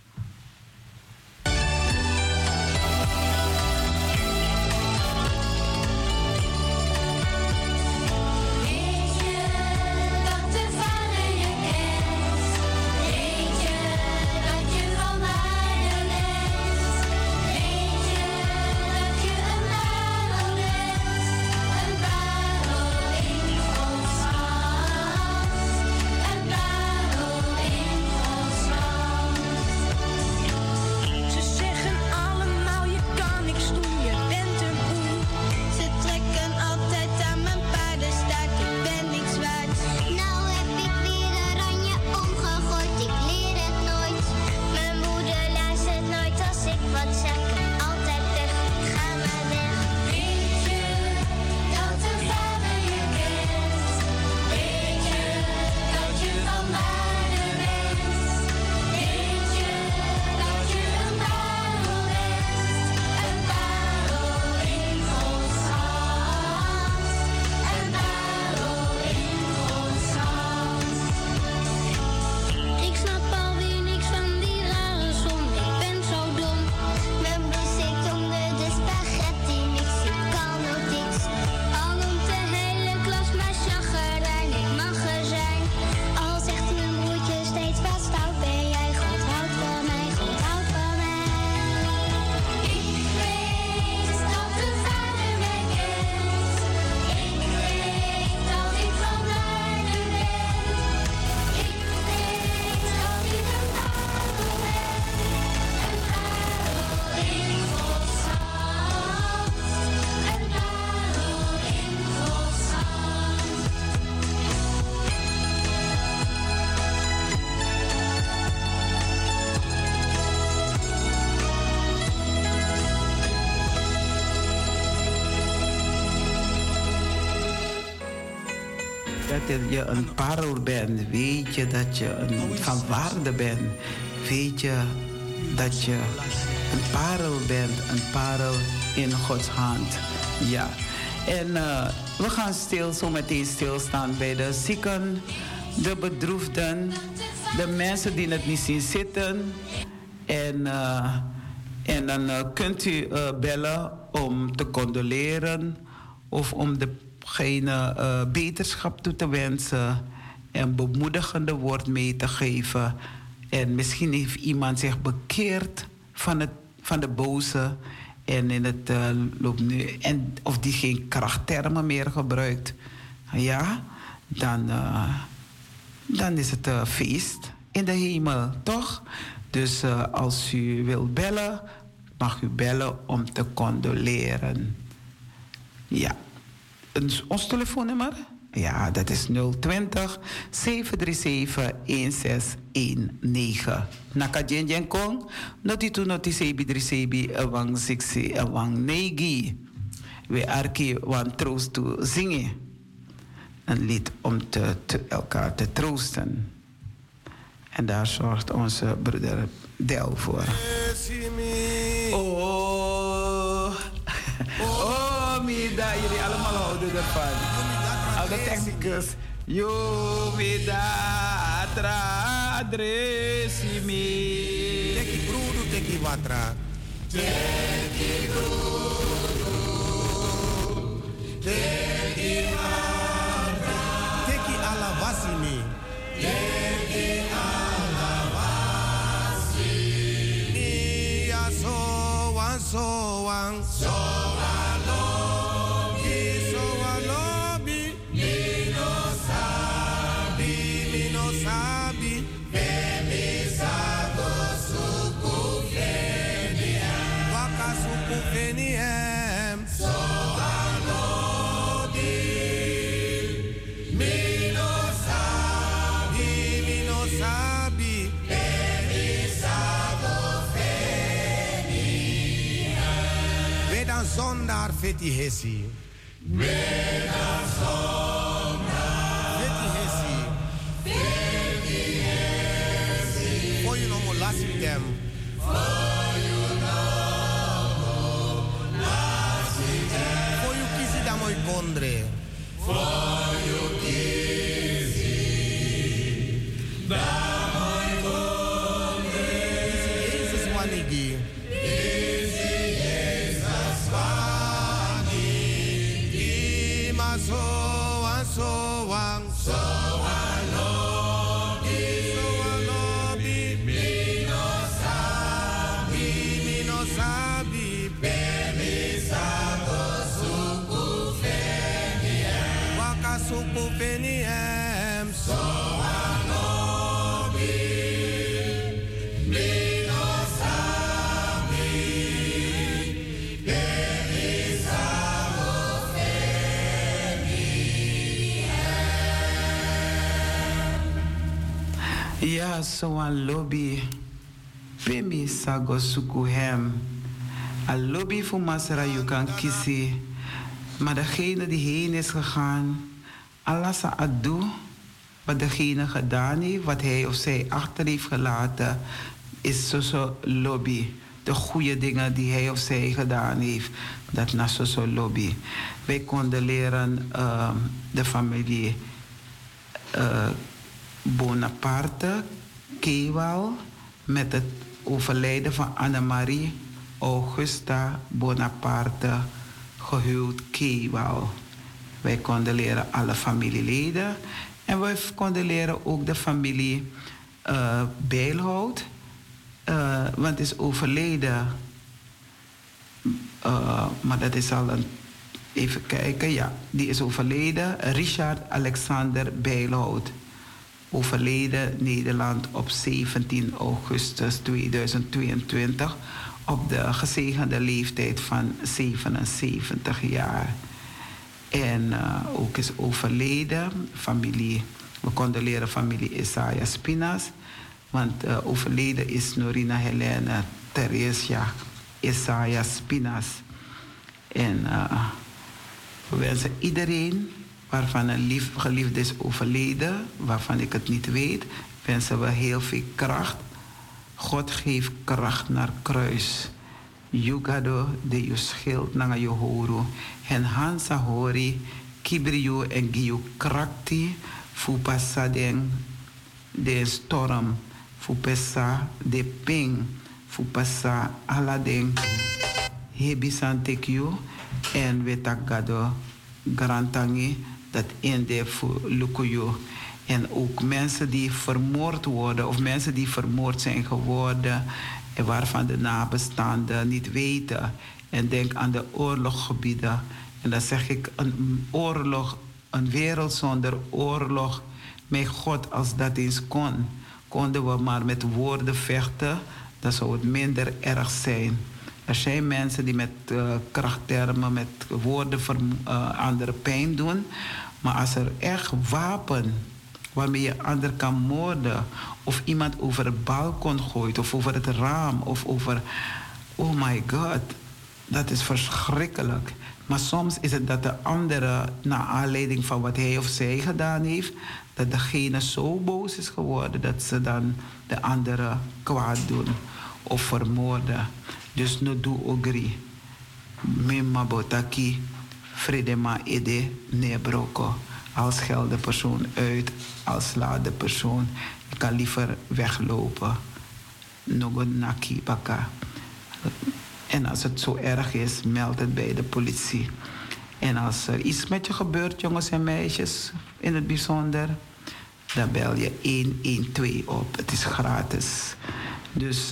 Dat je een parel bent. Weet je dat je van waarde bent. Weet je dat je een parel bent. Een parel in Gods hand. Ja. En we gaan zo meteen stilstaan bij de zieken, de bedroefden, de mensen die het niet zien zitten. En dan kunt u bellen om te condoleren of om degene beterschap toe te wensen en bemoedigende woord mee te geven. En misschien heeft iemand zich bekeerd van de boze en in het loopt nu, en of die geen krachttermen meer gebruikt. Ja, dan is het feest in de hemel, toch? Dus als u wilt bellen, mag u bellen om te condoleren. Ja. Ons telefoonnummer? Ja, dat is 020 737 1619. Naka Jen Kong, notitu notisebi drisebi awang siksi awang negi. We arki wan troost toe zingen. Een lied om elkaar te troosten. En daar zorgt onze broeder Del voor. Oh, Mida, jullie allemaal houden ervan. Al de technicus. Yo, Mida, atra, adresimi. Teki brudu, teki watra. Teki brudu, teki watra. Teki alavasimi. Teki alavasimi. Nia soan, soan, soan lobi, soan lobi. Mino sabi, mino sabi. Femi sago suku feniem. Waka suku feniem. Soan lobi. Mino sabi, mino sabi. Femi sago feniem. Vedan zondar feti hesi. Vedan zondar feti hesi. Feti hesi. For you no more last them. For you no more last them. For you kisi da moi kondre. For you kisi da moi kondre. Jesus wanigi. Jesus wanigi. Ima soan soan soan lobi soan lobi. Mino sabi, mino sabi. Bemi sago suku feniem. Waka suku feniem. Soan lobi. Mino sabi. Bemi sago Ja, zo'n lobby. Femi sago suku hem. A lobby voor Masra, je kan kiezen. Maar degene die heen is gegaan, Allah sa adu, wat degene gedaan heeft, wat hij of zij achter heeft gelaten, is zo'n lobby. De goede dingen die hij of zij gedaan heeft, dat na zo'n lobby. Wij condoleren de familie Bonaparte, Kewal, met het overlijden van Annemarie Augusta Bonaparte, gehuwd Kewal. Wij condoleren alle familieleden en wij condoleren ook de familie Bijlhout, want het is overleden. Maar dat is al een... Even kijken, ja, die is overleden. Richard Alexander Bijlhout. Overleden Nederland op 17 augustus 2022 op de gezegende leeftijd van 77 jaar. En ook is overleden familie, we condoleren familie Isaiah Spinas, want overleden is Norina Helena Theresia Isaiah Spinas. En we wensen iedereen waarvan een geliefde is overleden, waarvan ik het niet weet, wensen we heel veel kracht. God geeft kracht naar kruis. Yugado de je schild naar je horu. En hansa hori, kibriu en giu krakti, fu passa de storm, fu passa de ping, fu passa aladen, hebisan tekyu, en wetagado garantangi, dat in de lukuyu. En ook mensen die vermoord worden of mensen die vermoord zijn geworden en waarvan de nabestaanden niet weten. En denk aan de oorlogsgebieden. En dan zeg ik een oorlog, een wereld zonder oorlog. Mijn God, als dat eens kon, konden we maar met woorden vechten, dan zou het minder erg zijn. Er zijn mensen die met krachttermen, met woorden anderen pijn doen. Maar als er echt wapen waarmee je ander kan moorden, of iemand over het balkon gooit, of over het raam, of over... Oh my God, dat is verschrikkelijk. Maar soms is het dat de andere, naar aanleiding van wat hij of zij gedaan heeft, dat degene zo boos is geworden dat ze dan de andere kwaad doen of vermoorden. Dus no do ogri. Mimma botaki, Fredema Ede Nebroko. Al scheld de persoon uit, al slaat de persoon. Je kan liever weglopen. Nogo naki baka. En als het zo erg is, meld het bij de politie. En als er iets met je gebeurt, jongens en meisjes, in het bijzonder, dan bel je 112 op. Het is gratis. Dus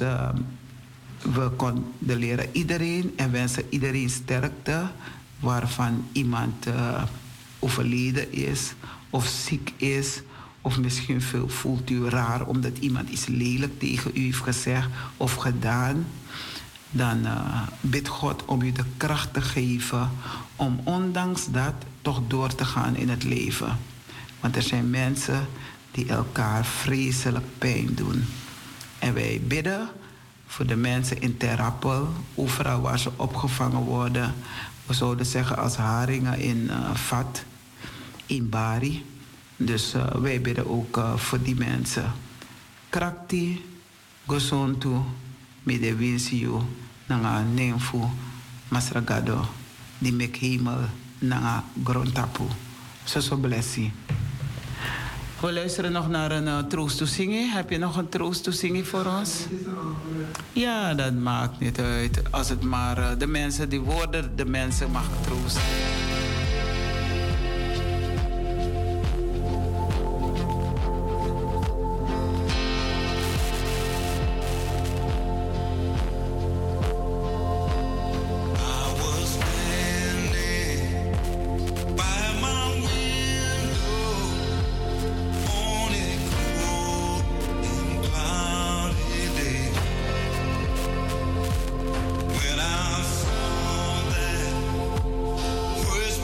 we condoleren iedereen en wensen iedereen sterkte waarvan iemand overleden is of ziek is. Of misschien voelt u raar omdat iemand iets lelijk tegen u heeft gezegd of gedaan. Dan bid God om u de kracht te geven om ondanks dat toch door te gaan in het leven. Want er zijn mensen die elkaar vreselijk pijn doen. En wij bidden voor de mensen in Ter Apel, overal waar ze opgevangen worden. We zouden zeggen als haringen in vat, in Bari. Dus wij bidden ook voor die mensen. Krakti, gozontu, medewinsiu, nanga nemfu, masragado, die mek hemel, nanga grontapu. Zo blessie. We luisteren nog naar een troost to zingen. Heb je nog een troost to zingen voor ons? Ja, dat maakt niet uit. Als het maar de mensen, die woorden, de mensen mag troosten. Where's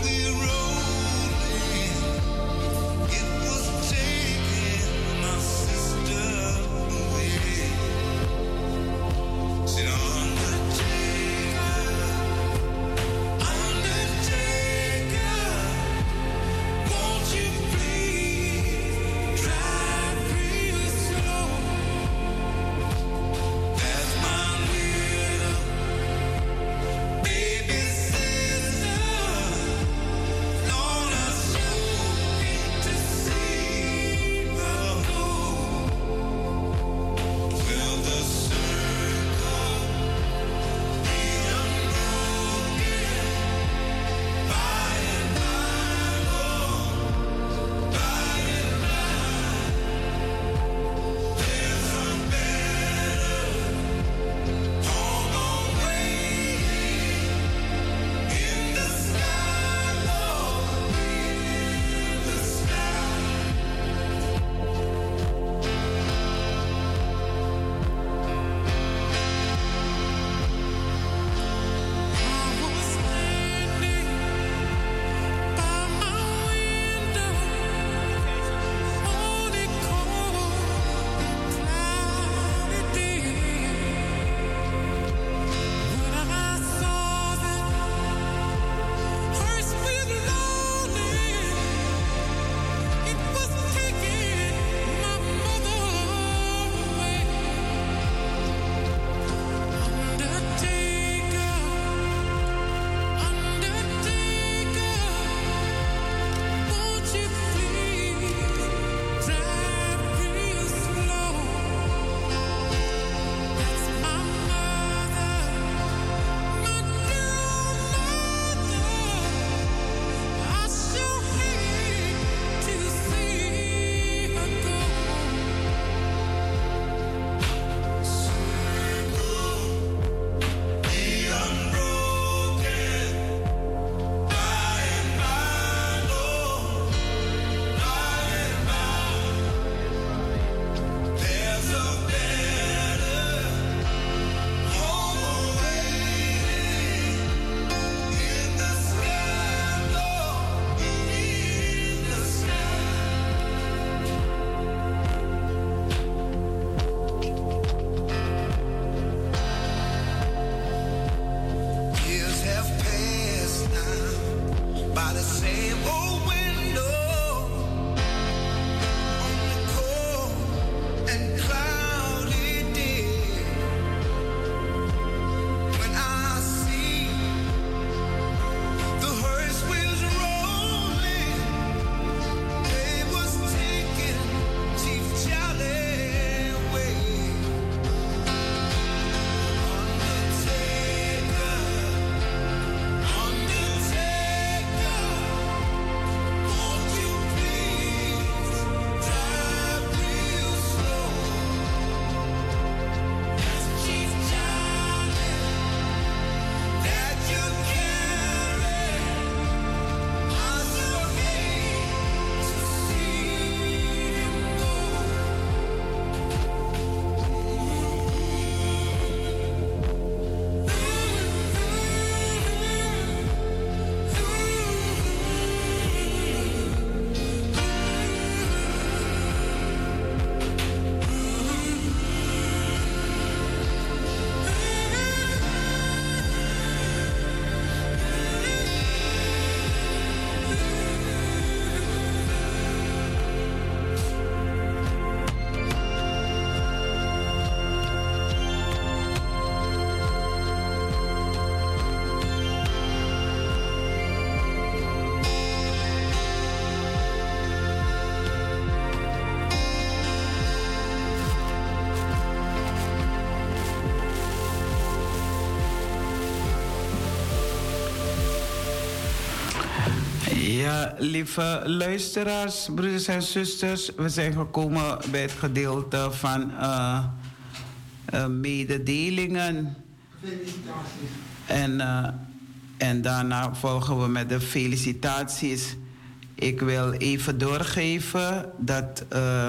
Ja, lieve luisteraars, broeders en zusters. We zijn gekomen bij het gedeelte van mededelingen. Felicitaties. En daarna volgen we met de felicitaties. Ik wil even doorgeven dat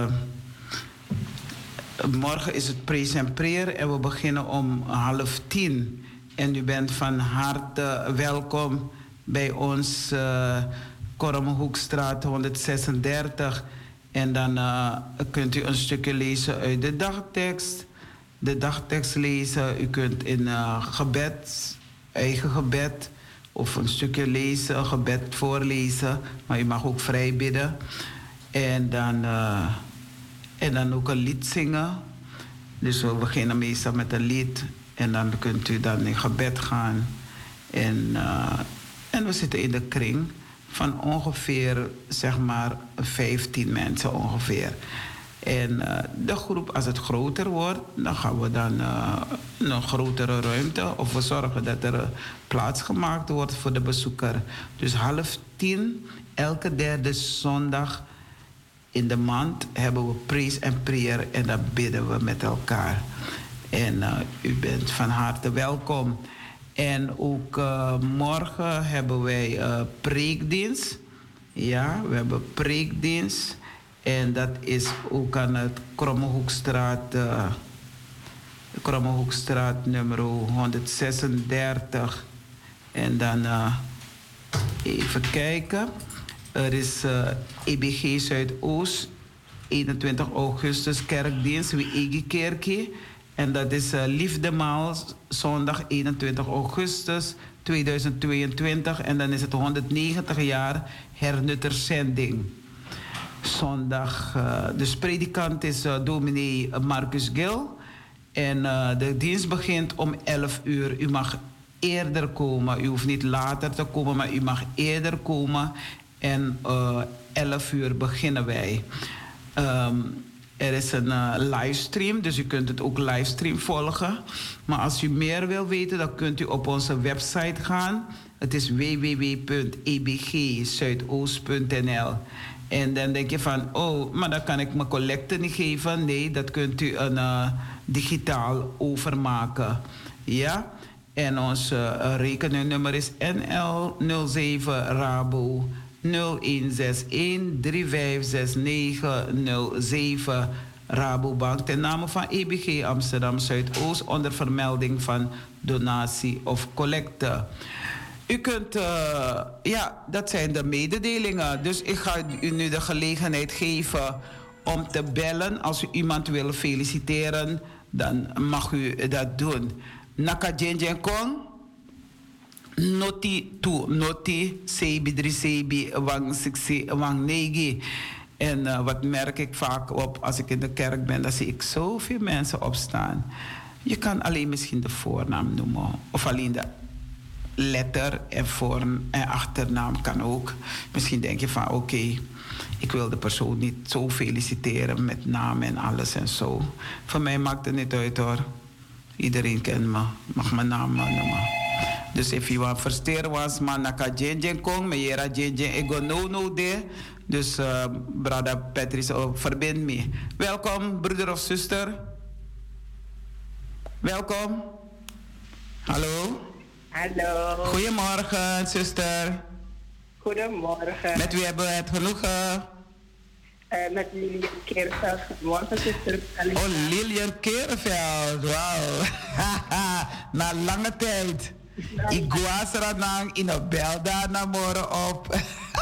morgen is het Praise and Prayer en we beginnen om 9:30. En u bent van harte welkom bij ons Kormenhoekstraat 136. En dan kunt u een stukje lezen uit de dagtekst. De dagtekst lezen. U kunt in gebed, eigen gebed, of een stukje lezen, een gebed voorlezen. Maar u mag ook vrij bidden. En dan ook een lied zingen. Dus we beginnen meestal met een lied. En dan kunt u dan in gebed gaan. En we zitten in de kring van ongeveer, zeg maar, 15 mensen ongeveer. En de groep, als het groter wordt, dan gaan we dan een grotere ruimte. Of we zorgen dat er plaats gemaakt wordt voor de bezoeker. Dus 9:30, elke derde zondag in de maand hebben we Praise and Prayer. En dan bidden we met elkaar. En u bent van harte welkom. En ook morgen hebben wij preekdienst. Ja, we hebben preekdienst. En dat is ook aan het Krommehoekstraat nummer 136. En dan even kijken. Er is EBG Zuidoost, 21 augustus kerkdienst, wie Kerkie. En dat is Liefdemaal, zondag 21 augustus 2022. En dan is het 190 jaar hernutterzending. Zondag, de predikant is dominee Marcus Gil. En de dienst begint om 11 uur. U mag eerder komen. U hoeft niet later te komen, maar u mag eerder komen. En 11 uur beginnen wij. Er is een livestream, dus u kunt het ook livestream volgen. Maar als u meer wil weten, dan kunt u op onze website gaan. Het is www.ebgzuidoost.nl. En dan denk je van, oh, maar dan kan ik mijn collecte niet geven. Nee, dat kunt u digitaal overmaken. Ja? En ons rekeningnummer is NL07 Rabo 0161-356907 Rabobank ten name van EBG Amsterdam Zuidoost onder vermelding van donatie of collecte. U kunt, ja, dat zijn de mededelingen. Dus ik ga u nu de gelegenheid geven om te bellen. Als u iemand wil feliciteren, dan mag u dat doen. Naka Jenjen Kong. Noti, Sebi, 3 Sebi, Wang 6, Wang 9. En wat merk ik vaak op als ik in de kerk ben, dan zie ik zoveel mensen opstaan. Je kan alleen misschien de voornaam noemen. Of alleen de letter en voor- en achternaam kan ook. Misschien denk je van oké, ik wil de persoon niet zo feliciteren met naam en alles en zo. Voor mij maakt het niet uit hoor. Iedereen kent me, mag mijn naam noemen. Dus if you want versteren was man naka Jenjen Kong, me jera Jenjen ego no de. Dus brada Patrice, verbind me. Welkom broeder of zuster. Welkom. Hallo. Hallo. Goedemorgen zuster. Goedemorgen. Met wie hebben we het genoegen? Met Lilian Keerveld. Morgen zuster. Oh, Lilian Keerveld. Wauw. Na lange tijd. Ik was er aan in een bel daar naar morgen op.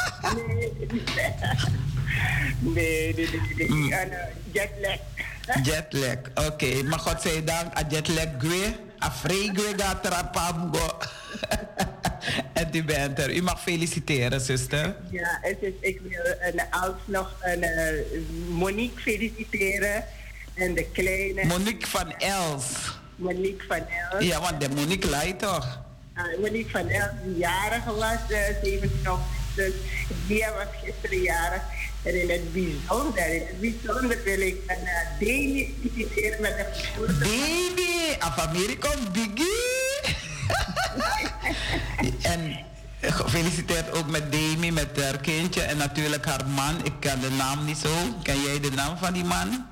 Nee. Jetlag. Jetlag, oké. Maar godzijdank, a jetlag gwe. A vrij gwe gaat er aan pamgo. En u bent er. U mag feliciteren, zuster. Ja, ik wil alsnog Monique feliciteren. En de kleine... Monique van Els. Monique van Els. Ja, want de Monique leidt toch? Monique van Els, die jarig was, 17 augustus. Die was gisteren jarig. En in het bijzonder wil ik een Davy feliciteren met een geboorte. Davy, af Amerika Biggie. En Gefeliciteerd ook met Demi, met haar kindje en natuurlijk haar man. Ik ken de naam niet zo. Ken jij de naam van die man?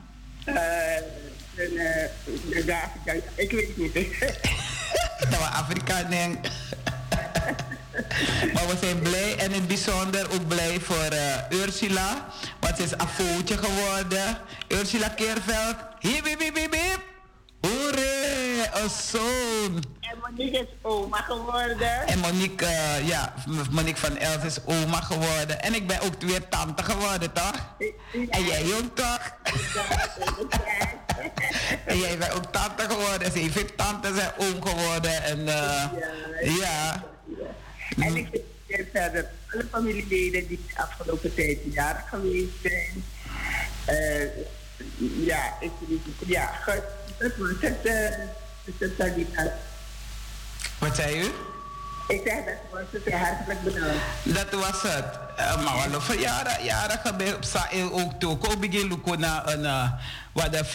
Ik weet het niet. Dat was Afrika, denk. Maar we zijn blij en in het bijzonder ook blij voor Ursula. Want ze is afootje geworden. Ursula Keerveld. Hip, hip, hip, hip, hip. Hoeré, een zoon. En Monique is oma geworden. En Monique, Monique van Els is oma geworden. En ik ben ook weer tante geworden, toch? En jij ook, toch? En jij bent ook tante geworden. 7 tantes zijn oom geworden. En ja. En ik vind verder alle familieleden die de afgelopen tijd jarig geweest zijn. Dat was het. Wat zei u? Ik zeg dat was het, hartelijk bedankt. Dat was het. Maar we lopen jaren gebeurd op Sail ook toe. Ik begin lukken naar de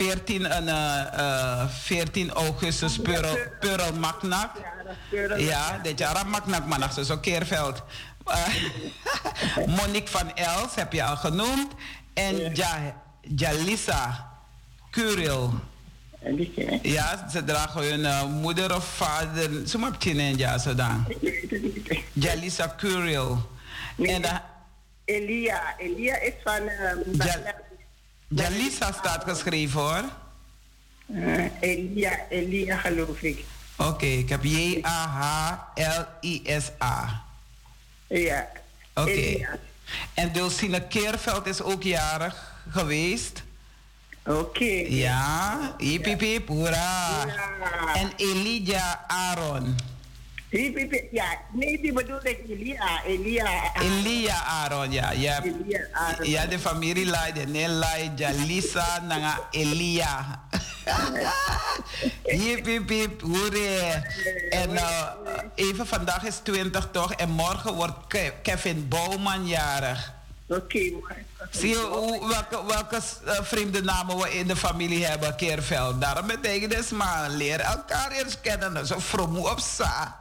14 augustus Pearl Maknak. Ja, dit jaar Maknak, maar nog zo Keerveld. Monique van Els heb je al genoemd. En Jalisa Curil. Ja, ze dragen hun moeder of vader. Ze maakt je ja, zo dan. Jalisa Curil. Nee, Elia is van... Jalisa staat geschreven hoor. Elia geloof ik. Oké, ik heb Jahlisa. Ja. Oké. En Dulcine Keerveld is ook jarig geweest. Oké. Ja, hip hip hip, hoera. Ja. En Elijah Aaron. Hip hip hip, ja. Nee, die bedoel ik Elijah Aaron, ja. Ja, de familie Lai, de Jalisa, nanga Elijah. Hip hip hip, hoera. En even vandaag is 20 toch? En morgen wordt Kevin Bouwman jarig. Oké. Zie je welke vreemde namen we in de familie hebben, Keerveld? Daarom betekent het maar leer elkaar eerst kennen. Zo vroeg op sa.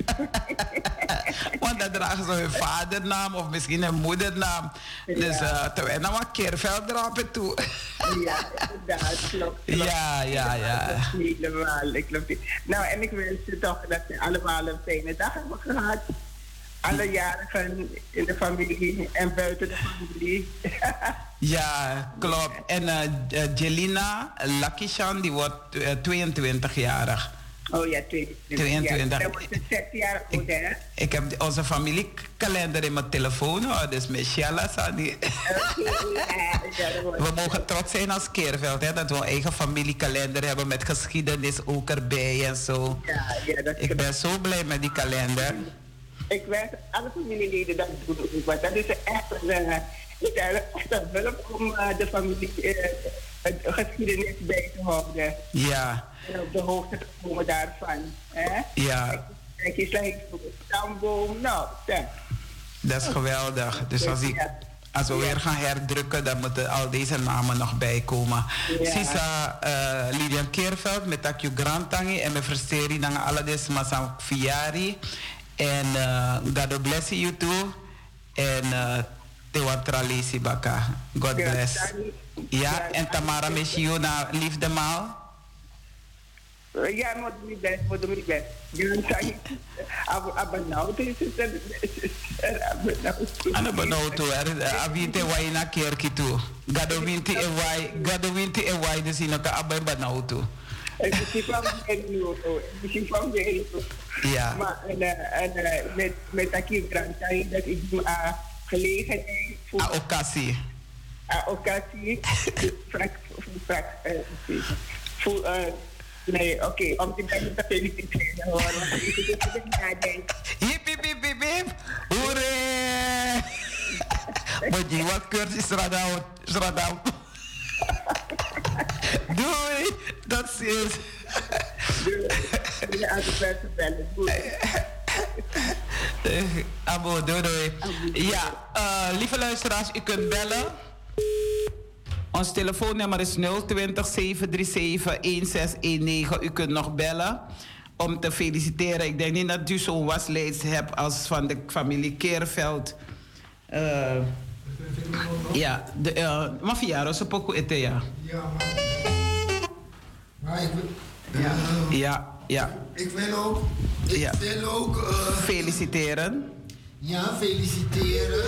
Want dan dragen ze hun vadernaam of misschien hun moedernaam. Dus terwijl nou maar Keerveld drapen toe. Ja, inderdaad, klopt. Ja. Helemaal, klopt. Nou, en ik wens je toch dat ze allemaal een fijne dag hebben gehad. Alle jarigen in de familie en buiten de familie. Ja, klopt. En Jelina Lakishan, die wordt 22-jarig. Oh ja, 22. Ja, dat wordt 6 jaar oud, hè? Ik heb onze familiekalender in mijn telefoon, hoor. Dus Michelle Sani. We mogen trots zijn als Keerveld, hè, dat we een eigen familiekalender hebben met geschiedenis ook erbij en zo. Ja, ik ben zo blij met die kalender. Ik wens alle familieleden dat doen ook, want dat is echt een hulp om de familie geschiedenis bij te houden. Ja. En op de hoogte te komen daarvan. Hè? Ja. Kijk, je slijt voor de stamboom. Nou, dat is geweldig. Dus als we weer gaan herdrukken, dan moeten al deze namen nog bijkomen. Ja. Sisa Lilian Keerveld met Takju Grantangi en met Versteri naar alle deze Masam Fiari. En God bless you too. En Tewatra Lisi Baka. God bless. Ja, en Tamara Meshio na liefde maal. Ja, moet niet best. Abanautu is het. Abanautu, avinte wai na kerki toe. Gado winti e wai, dus in elkaar abanautu. Ja. Maar met Taki Grantai, dat is gelegenheid voor... Occasie. Occasie. Nee, oké, om te denken dat jullie het feliciteren hoor. Hip, hip, hip, hip, hip. Hoeré! Moet je wat cursus Radau. Doei! Dat is het. Abo, doei. Ja, lieve luisteraars, u kunt bellen. Ons telefoonnummer is 020 737 1619. U kunt nog bellen om te feliciteren. Ik denk niet dat u zo'n waslijst hebt als van de familie Keerveld. Ja, maar verjaardag is ook eten, ja. Ja, maar ik wil... Ja. Ik wil ook... feliciteren. Ja, feliciteren.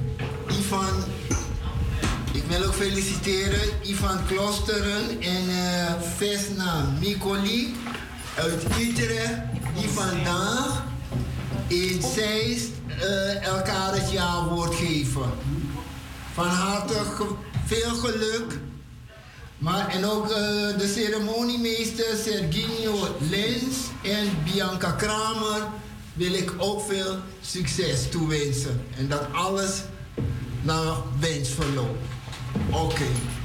Ik wil ook feliciteren Ivan Klosteren en Vesna Mikoli uit Utrecht, die vandaag in Zeist elkaar het jaarwoord geven. Van harte veel geluk. En ook de ceremoniemeester Serginio Lens en Bianca Kramer wil ik ook veel succes toewensen. En dat alles naar wens verloopt. Oké.